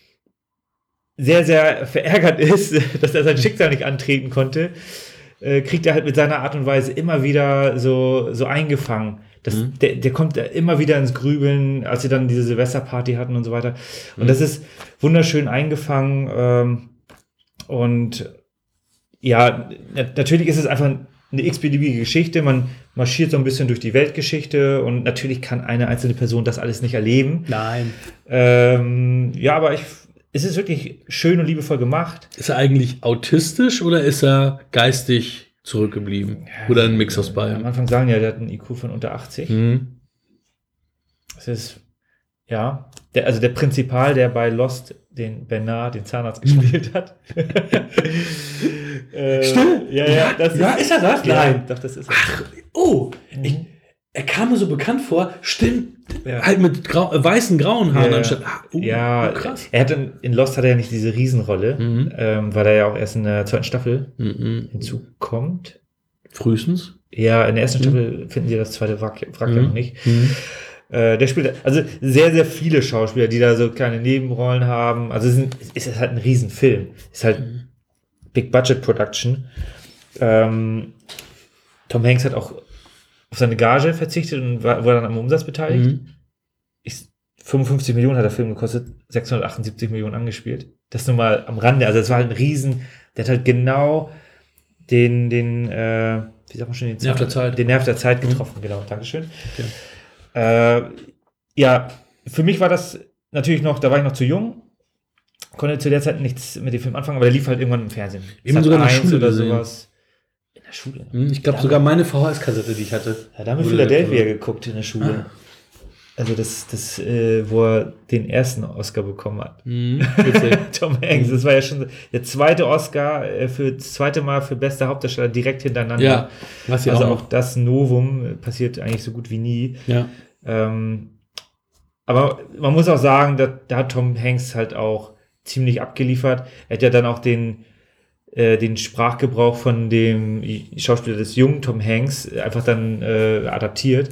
sehr, sehr verärgert ist, dass er sein Schicksal nicht antreten konnte, äh, kriegt er halt mit seiner Art und Weise immer wieder so, so eingefangen. Das, Mhm. der, der kommt immer wieder ins Grübeln, als sie dann diese Silvesterparty hatten und so weiter. Und Mhm. das ist wunderschön eingefangen. Ähm, und ja, na- natürlich ist es einfach eine x-beliebige Geschichte. Man marschiert so ein bisschen durch die Weltgeschichte und natürlich kann eine einzelne Person das alles nicht erleben. Nein. Ähm, ja, aber ich, es ist wirklich schön und liebevoll gemacht. Ist er eigentlich autistisch oder ist er geistig zurückgeblieben? Oder ein Mix aus Am beiden? Anfang sagen ja, der hat einen I Q von unter achtzig. Mhm. Das ist, ja, der, also der Prinzipal, der bei Lost den Bernard, den Zahnarzt, gespielt hat. äh, Stimmt. Ja, ja, das Ja, ist er das? Ja, Nein. doch, das ist er. Ach, oh, Mhm. ich, er kam mir so bekannt vor. Stimmt. Ja. Halt mit grau, äh, weißen, grauen Haaren Ja, anstatt. Ah, oh, ja, oh, krass. er hat in, in Lost hat er ja nicht diese Riesenrolle, Mhm. ähm, weil er ja auch erst in der zweiten Staffel Mhm. hinzukommt. Frühestens. Ja, in der ersten Mhm. Staffel finden sie das zweite Wrack, Wrack ja Mhm. noch nicht. Mhm. Äh, der spielt, also sehr, sehr viele Schauspieler, die da so kleine Nebenrollen haben. Also es ist, ein, es ist halt ein Riesenfilm. Es ist halt Big Budget Production. Ähm, Tom Hanks hat auch auf seine Gage verzichtet und war, war dann am Umsatz beteiligt. Mhm. Ich, fünfundfünfzig Millionen hat der Film gekostet, sechshundertachtundsiebzig Millionen angespielt. Das nur mal am Rande. Also es war halt ein Riesen, der hat halt genau den, den, äh, wie sagt man schon, den, Nerv der Zeit. den Nerv der Zeit getroffen. Genau, Dankeschön. Äh, ja, für mich war das natürlich noch, da war ich noch zu jung, konnte zu der Zeit nichts mit dem Film anfangen, aber der lief halt irgendwann im Fernsehen. Eben Sat sogar in der eins Schule oder gesehen. sowas. In der Schule? Mhm. Ich glaube Ja. sogar meine V H S-Kassette, die ich hatte. Ja, da haben wir Wurde- Philadelphia geguckt in der Schule. Ah. Also das, das äh, wo er den ersten Oscar bekommen hat. Mhm. Witzig. Tom Hanks, das war ja schon der zweite Oscar äh, für das zweite Mal für bester Hauptdarsteller direkt hintereinander. Ja, was ja also auch auch noch. das Novum äh, passiert eigentlich so gut wie nie. Ja. Ähm, aber man muss auch sagen, da, da hat Tom Hanks halt auch ziemlich abgeliefert. Er hat ja dann auch den, äh, den Sprachgebrauch von dem Schauspieler des jungen Tom Hanks einfach dann äh, adaptiert,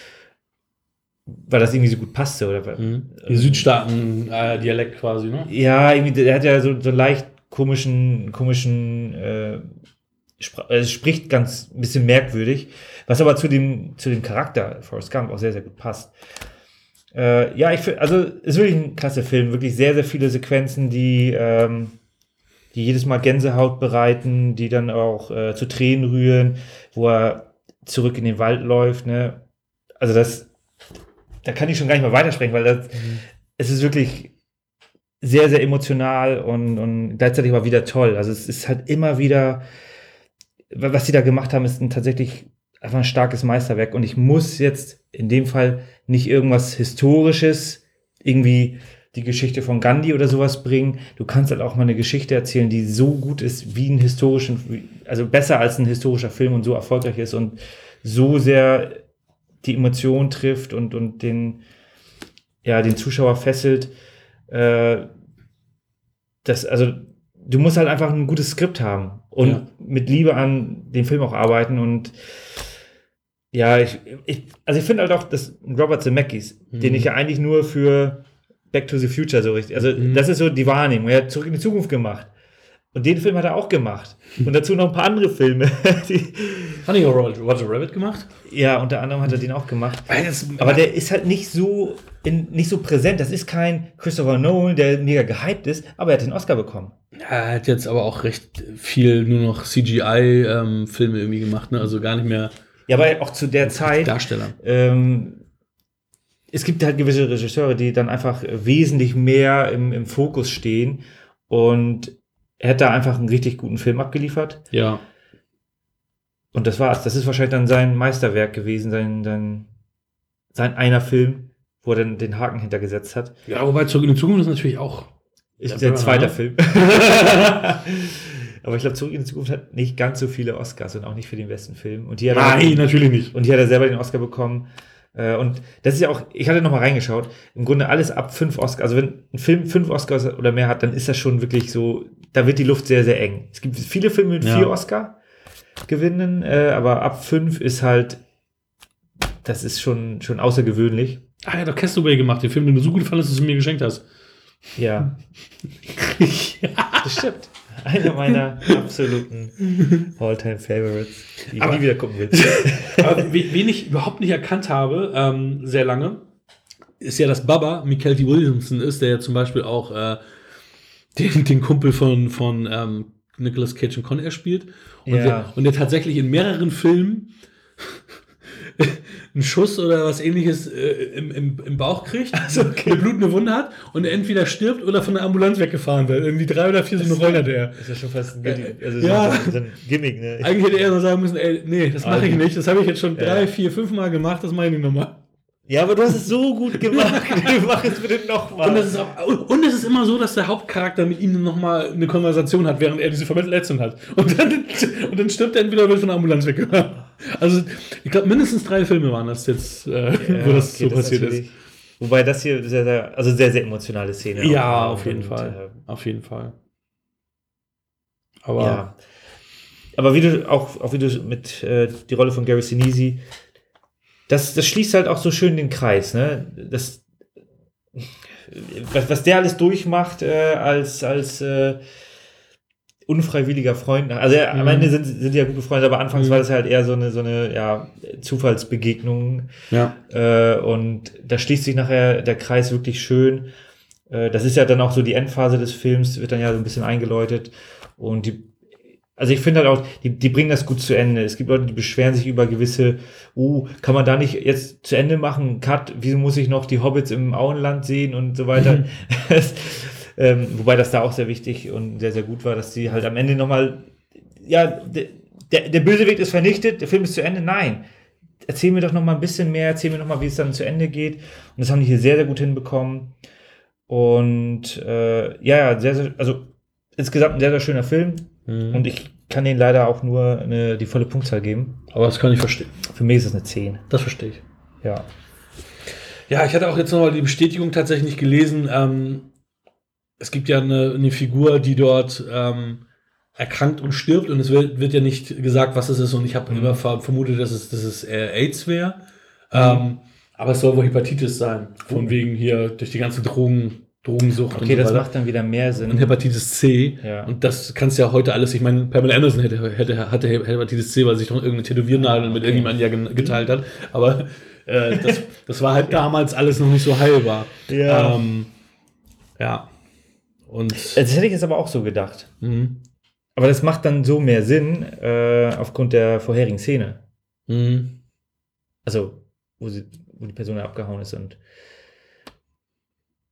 weil das irgendwie so gut passte. Oder, Mhm. Die Südstaaten-Dialekt quasi, ne? Ja, irgendwie, der hat ja so, so einen leicht komischen, komischen, äh, Spr- also spricht ganz ein bisschen merkwürdig, was aber zu dem, zu dem Charakter Forrest Gump auch sehr, sehr gut passt. Äh, ja, ich finde, also ist wirklich ein klasse Film, wirklich sehr, sehr viele Sequenzen, die, ähm, die jedes Mal Gänsehaut bereiten, die dann auch äh, zu Tränen rühren, wo er zurück in den Wald läuft, ne? Also das, da kann ich schon gar nicht mehr weitersprechen, weil das, es ist wirklich sehr, sehr emotional und, und gleichzeitig aber wieder toll. Also es ist halt immer wieder was sie da gemacht haben, ist ein tatsächlich einfach ein starkes Meisterwerk. Und ich muss jetzt in dem Fall nicht irgendwas Historisches, irgendwie die Geschichte von Gandhi oder sowas bringen. Du kannst halt auch mal eine Geschichte erzählen, die so gut ist wie ein historischen, also besser als ein historischer Film und so erfolgreich ist und so sehr die Emotion trifft und, und den, ja, den Zuschauer fesselt. Äh, das, also, du musst halt einfach ein gutes Skript haben und ja. mit Liebe an dem Film auch arbeiten und ja, ich, ich also ich finde halt auch, dass Robert Zemeckis, mhm. den ich ja eigentlich nur für Back to the Future so richtig, also mhm. das ist so die Wahrnehmung, er hat Zurück in die Zukunft gemacht und den Film hat er auch gemacht und dazu noch ein paar andere Filme. Die, hat nicht auch Roger Rabbit gemacht? Ja, unter anderem hat er den auch gemacht, aber der ist halt nicht so in, nicht so präsent, das ist kein Christopher Nolan, der mega gehypt ist, aber er hat den Oscar bekommen. Er hat jetzt aber auch recht viel nur noch C G I-Filme ähm, irgendwie gemacht, ne? Also gar nicht mehr. Ja, aber auch zu der Zeit. Darsteller. Ähm, es gibt halt gewisse Regisseure, die dann einfach wesentlich mehr im, im Fokus stehen. Und er hat da einfach einen richtig guten Film abgeliefert. Ja. Und das war's. Das ist wahrscheinlich dann sein Meisterwerk gewesen, sein, sein, sein einer Film, wo er dann den Haken hintergesetzt hat. Ja, wobei Zurück in die Zukunft ist natürlich auch. Ist sein zweiter Film. Aber ich glaube, Zurück in die Zukunft hat nicht ganz so viele Oscars und auch nicht für den besten Film. Und die hat Nein, er, natürlich nicht. Und hier hat er selber den Oscar bekommen. Und das ist ja auch, ich hatte noch mal reingeschaut, im Grunde alles ab fünf Oscars. Also wenn ein Film fünf Oscars oder mehr hat, dann ist das schon wirklich so, da wird die Luft sehr, sehr eng. Es gibt viele Filme mit ja. vier Oscar gewinnen, aber ab fünf ist halt, das ist schon, schon außergewöhnlich. Ah, er hat doch Castaway gemacht, den Film, den du so gut fandest, dass du mir geschenkt hast. Ja. ja. Das stimmt. Einer meiner absoluten All-Time-Favorites, die ich aber, nie wieder gucken will. Aber wen ich überhaupt nicht erkannt habe, ähm, sehr lange, ist ja, dass Baba Michael T. Williamson ist, der ja zum Beispiel auch äh, den, den Kumpel von, von ähm, Nicolas Cage und Con Air spielt. Und, ja. der, und der tatsächlich in mehreren Filmen einen Schuss oder was ähnliches äh, im, im, im Bauch kriegt, also okay. eine blutende Wunde hat und er entweder stirbt oder von der Ambulanz weggefahren wird. Irgendwie drei oder vier so eine Rollen hat er. Ist ja schon fast ein, Gimmick, also ja. so, so ein Gimmick, ne? Eigentlich hätte er so sagen müssen, ey, nee, das mache ich nicht. Das habe ich jetzt schon drei, ja. vier, fünf Mal gemacht, das mache ich nicht nochmal. Ja, aber du hast es so gut gemacht. Mach es bitte nochmal. Und, es ist und es ist immer so, dass der Hauptcharakter mit ihm nochmal eine Konversation hat, während er diese Verletzung hat. Und dann, und dann stirbt er entweder wird von der Ambulanz weggefahren. Also, ich glaube, mindestens drei Filme waren das jetzt, äh, ja, wo das okay, so das passiert ist. Wobei das hier sehr, sehr, also sehr, sehr emotionale Szene. Ja, auf jeden und, Fall. Äh, auf jeden Fall. Aber. Ja. Aber wie du auch, auch wie du mit äh, die Rolle von Gary Sinise, das, das schließt halt auch so schön den Kreis, ne? Das, was, was der alles durchmacht äh, als, als äh, unfreiwilliger Freund. Also mhm. am Ende sind, sind die ja gut befreundet, aber anfangs mhm. war das halt eher so eine, so eine ja, Zufallsbegegnung. Ja. Äh, und da schließt sich nachher der Kreis wirklich schön. Äh, das ist ja dann auch so die Endphase des Films, wird dann ja so ein bisschen eingeläutet. Und die Also ich finde halt auch, die, die bringen das gut zu Ende. Es gibt Leute, die beschweren sich über gewisse, oh, kann man da nicht jetzt zu Ende machen? Cut, wieso muss ich noch die Hobbits im Auenland sehen und so weiter? Mhm. das, ähm, wobei das da auch sehr wichtig und sehr, sehr gut war, dass sie halt am Ende nochmal, ja, der, der, der Bösewicht ist vernichtet, der Film ist zu Ende. Nein, erzähl mir doch noch mal ein bisschen mehr, erzähl mir noch mal, wie es dann zu Ende geht. Und das haben die hier sehr, sehr gut hinbekommen. Und äh, ja, ja, sehr, sehr, also insgesamt ein sehr, sehr schöner Film. Mhm. Und ich kann denen leider auch nur eine, die volle Punktzahl geben. Aber das kann ich verstehen. Für mich ist das eine zehn. Das verstehe ich. Ja. Ja, ich hatte auch jetzt nochmal die Bestätigung tatsächlich nicht gelesen. Ähm, es gibt ja eine, eine Figur, die dort ähm, erkrankt und stirbt. Und es wird, wird ja nicht gesagt, was es ist. Und ich habe mhm. immer vermutet, dass es, dass es äh, AIDS wäre. Mhm. Ähm, aber es soll wohl Hepatitis sein. Von mhm. wegen hier durch die ganze Drogen... Drogensucht. Okay, und so das weiter. Macht dann wieder mehr Sinn. Und Hepatitis C. Ja. Und das kannst du ja heute alles, ich meine, Pamela Anderson hätte, hätte, hatte Hepatitis C, weil sie sich doch irgendeine Tätowiernadel mit okay. irgendjemandem ja geteilt hat. Aber äh, das, das war halt damals alles noch nicht so heilbar. Ja. Ähm, ja. Und das hätte ich jetzt aber auch so gedacht. Mhm. Aber das macht dann so mehr Sinn äh, aufgrund der vorherigen Szene. Mhm. Also, wo, sie, wo die Person abgehauen ist und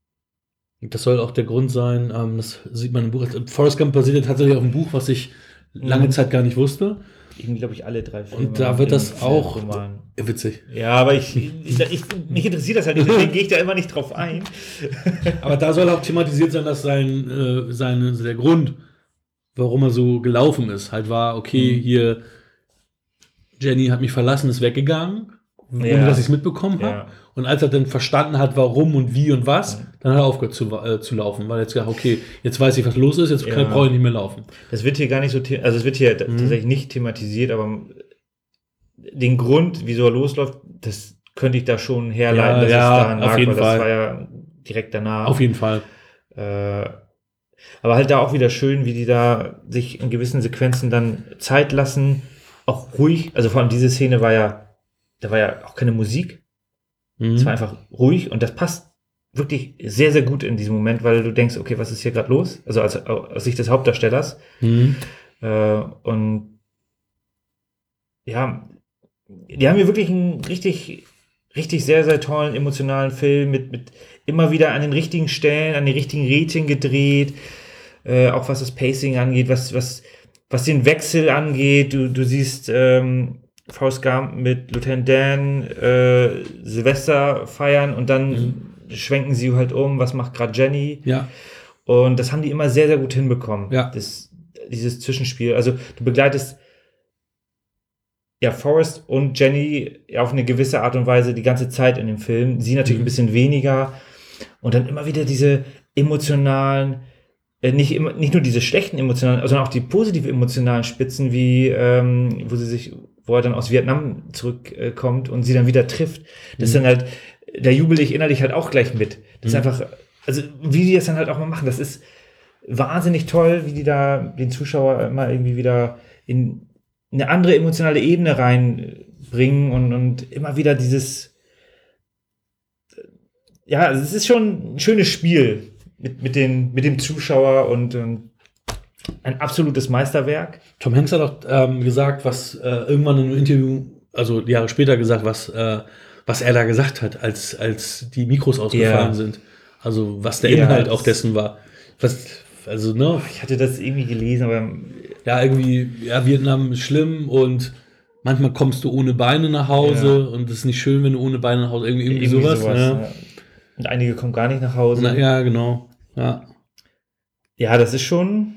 das soll auch der Grund sein, ähm, das sieht man im Buch. Forrest Gump basiert tatsächlich auf einem Buch, was ich lange Zeit gar nicht wusste. Irgendwie, glaube ich, alle drei Filme. Und da wird das auch Roman. Witzig. Ja, aber ich, ich, ich, mich interessiert das halt nicht, deswegen gehe ich da immer nicht drauf ein. Aber da soll auch thematisiert sein, dass sein, äh, seine, der Grund, warum er so gelaufen ist, halt war, okay, mhm. hier, Jenny hat mich verlassen, ist weggegangen, ohne ja. dass ich es mitbekommen habe. Ja. Und als er dann verstanden hat, warum und wie und was, mhm. dann hat er aufgehört zu, äh, zu laufen, weil er jetzt gesagt, okay, jetzt weiß ich, was los ist, jetzt ja. brauche ich nicht mehr laufen. Das wird hier gar nicht so, the- also es wird hier mhm. tatsächlich nicht thematisiert, aber den Grund, wieso er losläuft, das könnte ich da schon herleiten, ja, dass ja, es daran lag, auf jeden weil Fall. Das war ja direkt danach. Auf jeden Fall. Äh, aber halt da auch wieder schön, wie die da sich in gewissen Sequenzen dann Zeit lassen, auch ruhig, also vor allem diese Szene war ja, da war ja auch keine Musik, mhm. es war einfach ruhig und das passt wirklich sehr, sehr gut in diesem Moment, weil du denkst, okay, was ist hier gerade los? Also aus, aus Sicht des Hauptdarstellers. Mhm. Äh, und ja, die haben hier wirklich einen richtig, richtig sehr, sehr tollen emotionalen Film mit, mit immer wieder an den richtigen Stellen, an den richtigen Rädchen gedreht, äh, auch was das Pacing angeht, was, was, was den Wechsel angeht. Du, du siehst ähm, Forrest Gump mit Lieutenant Dan äh, Silvester feiern und dann mhm. schwenken sie halt um, was macht gerade Jenny. Ja. Und das haben die immer sehr, sehr gut hinbekommen. Ja. Das, dieses Zwischenspiel. Also du begleitest ja Forrest und Jenny auf eine gewisse Art und Weise die ganze Zeit in dem Film. Sie natürlich mhm. ein bisschen weniger. Und dann immer wieder diese emotionalen, äh, nicht, immer, nicht nur diese schlechten emotionalen, sondern auch die positiv emotionalen Spitzen, wie ähm, wo sie sich, wo er dann aus Vietnam zurückkommt äh, und sie dann wieder trifft. Das ist dann halt, da jubel ich innerlich halt auch gleich mit. Das ist Mhm. einfach, also wie die das dann halt auch mal machen, das ist wahnsinnig toll, wie die da den Zuschauer immer irgendwie wieder in eine andere emotionale Ebene reinbringen und, und immer wieder dieses, ja, also es ist schon ein schönes Spiel mit, mit, den, mit dem Zuschauer und, und ein absolutes Meisterwerk. Tom Hanks hat auch ähm, gesagt, was äh, irgendwann in einem Interview, also Jahre später gesagt, was, äh, was er da gesagt hat, als, als die Mikros ausgefallen Ja. sind. Also was der Ja, Inhalt das- auch dessen war. Was, also, ne? Ich hatte das irgendwie gelesen, aber Ja, irgendwie, ja, Vietnam ist schlimm und manchmal kommst du ohne Beine nach Hause Ja. und es ist nicht schön, wenn du ohne Beine nach Hause, irgendwie, irgendwie, sowas. ja. ja. Und einige kommen gar nicht nach Hause. Na, ja, genau. Ja. Ja, das ist schon.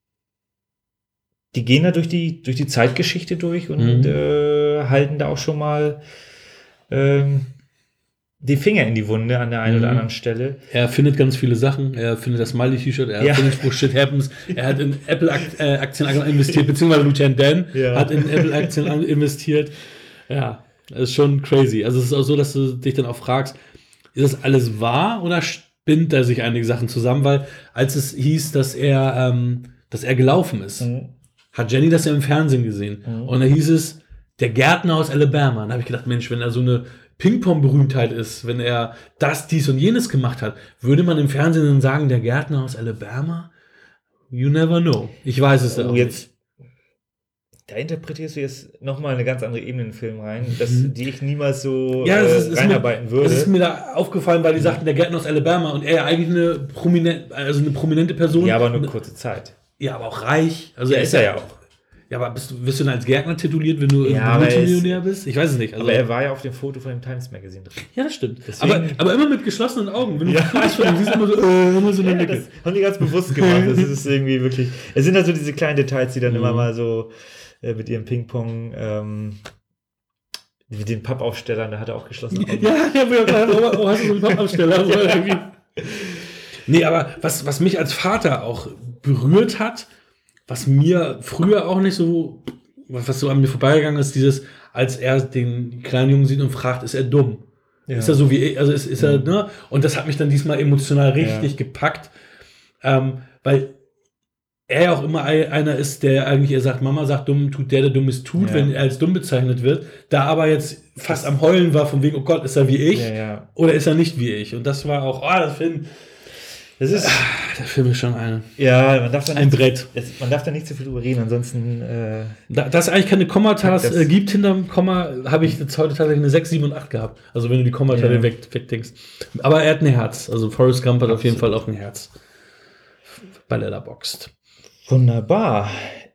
Die gehen da durch die, durch die Zeitgeschichte durch und Mhm. äh, halten da auch schon mal ähm, die Finger in die Wunde an der einen Mhm. oder anderen Stelle. Er findet ganz viele Sachen. Er findet das Smiley-T-Shirt. Er Ja. findet den Spruch Shit Happens. Er hat in Apple-Aktien investiert, beziehungsweise Lieutenant Dan Ja. hat in Apple-Aktien investiert. Ja, das ist schon crazy. Also es ist auch so, dass du dich dann auch fragst, ist das alles wahr oder spinnt er sich einige Sachen zusammen? Weil als es hieß, dass er, ähm, dass er gelaufen ist, Mhm. hat Jenny das ja im Fernsehen gesehen. Mhm. Und da hieß es, der Gärtner aus Alabama. Und da habe ich gedacht, Mensch, wenn er so eine Ping-Pong-Berühmtheit ist, wenn er das, dies und jenes gemacht hat, würde man im Fernsehen dann sagen, der Gärtner aus Alabama? You never know. Ich weiß es Oh, auch jetzt, da interpretierst du jetzt nochmal eine ganz andere Ebene in den Film rein, das, Mhm. die ich niemals so Ja, das äh, ist, ist reinarbeiten mir, würde. Das ist mir da aufgefallen, weil die sagten, der Gärtner aus Alabama und er ja eigentlich eine prominente, also eine prominente Person. ja, aber nur kurze Zeit. Ja, aber auch reich. Also Ja, ist er ja auch. Ja, aber bist du, wirst du dann als Gärtner tituliert, wenn du Ja, ja, aber er ist- Multimillionär bist? Ich weiß es nicht. Also, Aber er war ja auf dem Foto von dem Times Magazine drin. ja, das stimmt. Deswegen- Aber, aber immer mit geschlossenen Augen. Wenn du Ja. Fotos von ihm siehst, immer so, äh, immer so eine Ja, Nicke. das haben die ganz bewusst gemacht. Das ist irgendwie wirklich. Es sind also diese kleinen Details, die dann Mhm. immer mal so äh, mit ihrem Ping-Pong, ähm, mit den Pappaufstellern, da hat er auch geschlossen. Ja, ja, ja, klar. Oh, oh, hast du so einen Pappabsteller? So irgendwie. Nee, aber was, was mich als Vater auch berührt hat, was mir früher auch nicht so, was so an mir vorbeigegangen ist, dieses, als er den kleinen Jungen sieht und fragt, ist er dumm? Ja. Ist er so wie ich, also ist, ist er, Mhm. ne? Und das hat mich dann diesmal emotional richtig Ja. gepackt, ähm, weil er ja auch immer ein- einer ist, der eigentlich, er sagt, Mama sagt, dumm tut der, der Dummes tut, Ja. wenn er als dumm bezeichnet wird, da aber jetzt fast am Heulen war, von wegen, oh Gott, ist er wie ich? Ja, ja. Oder ist er nicht wie ich? Und das war auch, oh, das Film, Das ist. der Film ist schon ein, Ja, man darf da ein nicht, Brett. es, man darf da nicht zu viel drüber reden, ansonsten. Äh, Da, dass es eigentlich keine Kommatas Das- äh, gibt hinterm Komma, habe ich jetzt heute tatsächlich eine sechs, sieben und acht gehabt. Also wenn du die Kommateile Ja. weg, wegdenkst. Aber er hat ein Herz. Also Forrest Gump hat auf jeden Fall Absolut. auch ein Herz. Bei Letterboxd. Wunderbar.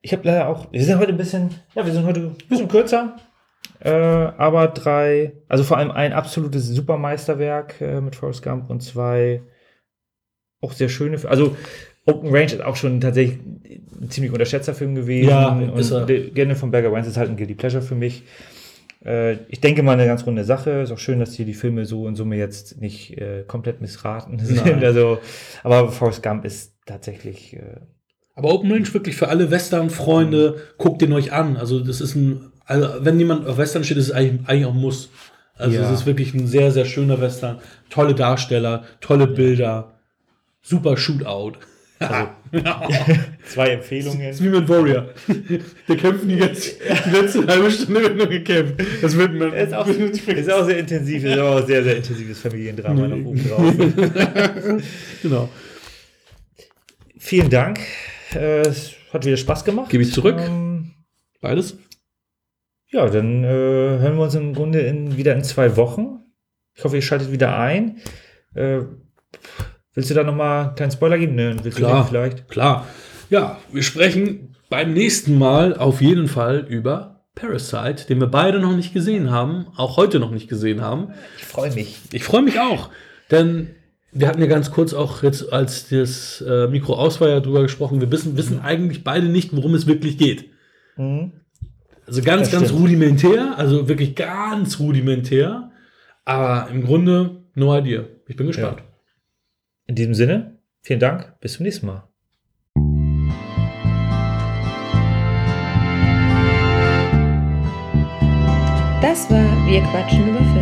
Ich habe leider auch, wir sind heute ein bisschen, ja, wir sind heute ein bisschen kürzer, äh, aber drei, also vor allem ein absolutes Supermeisterwerk äh, mit Forrest Gump und zwei auch sehr schöne, also Open Range ist auch schon tatsächlich ein ziemlich unterschätzter Film gewesen. Ja, und ist er. Gerne von Berger Wines ist halt ein Guilty Pleasure für mich. Äh, ich denke mal eine ganz runde Sache. Ist auch schön, dass hier die Filme so in Summe jetzt nicht äh, komplett missraten sind. Also, aber Forrest Gump ist tatsächlich. Äh, Aber Open Range wirklich für alle Western-Freunde, guckt den euch an. Also das ist ein, also wenn jemand auf Western steht, ist es eigentlich, eigentlich auch ein Muss. Also Ja. es ist wirklich ein sehr, sehr schöner Western. Tolle Darsteller, tolle Bilder, super Shootout. also, zwei Empfehlungen. Das ist wie mit Warrior. Wir kämpfen die, jetzt, die letzte halbe Stunde wird nur gekämpft. Das wird man. Ist auch, ist auch sehr intensiv, ist auch ein sehr, sehr intensives Familiendrama noch oben drauf. Genau. Vielen Dank. Äh, Es hat wieder Spaß gemacht. Gebe ich zurück. Ähm, Beides? ja, dann äh, hören wir uns im Grunde in, wieder in zwei Wochen. Ich hoffe, ihr schaltet wieder ein. Äh, willst du da nochmal einen kleinen Spoiler geben? Ne, willst du Klar. den vielleicht? Klar. Ja, wir sprechen beim nächsten Mal auf jeden Fall über Parasite, den wir beide noch nicht gesehen haben, auch heute noch nicht gesehen haben. Ich freue mich. Ich freue mich auch, denn wir hatten ja ganz kurz auch jetzt, als das äh, Mikro aus war, ja drüber gesprochen, wir wissen, wissen eigentlich beide nicht, worum es wirklich geht. Mhm. Also ganz, Das ganz stimmt. rudimentär, also wirklich ganz rudimentär, aber im Grunde no idea. Ich bin gespannt. Ja. In diesem Sinne, vielen Dank. Bis zum nächsten Mal. Das war Wir quatschen über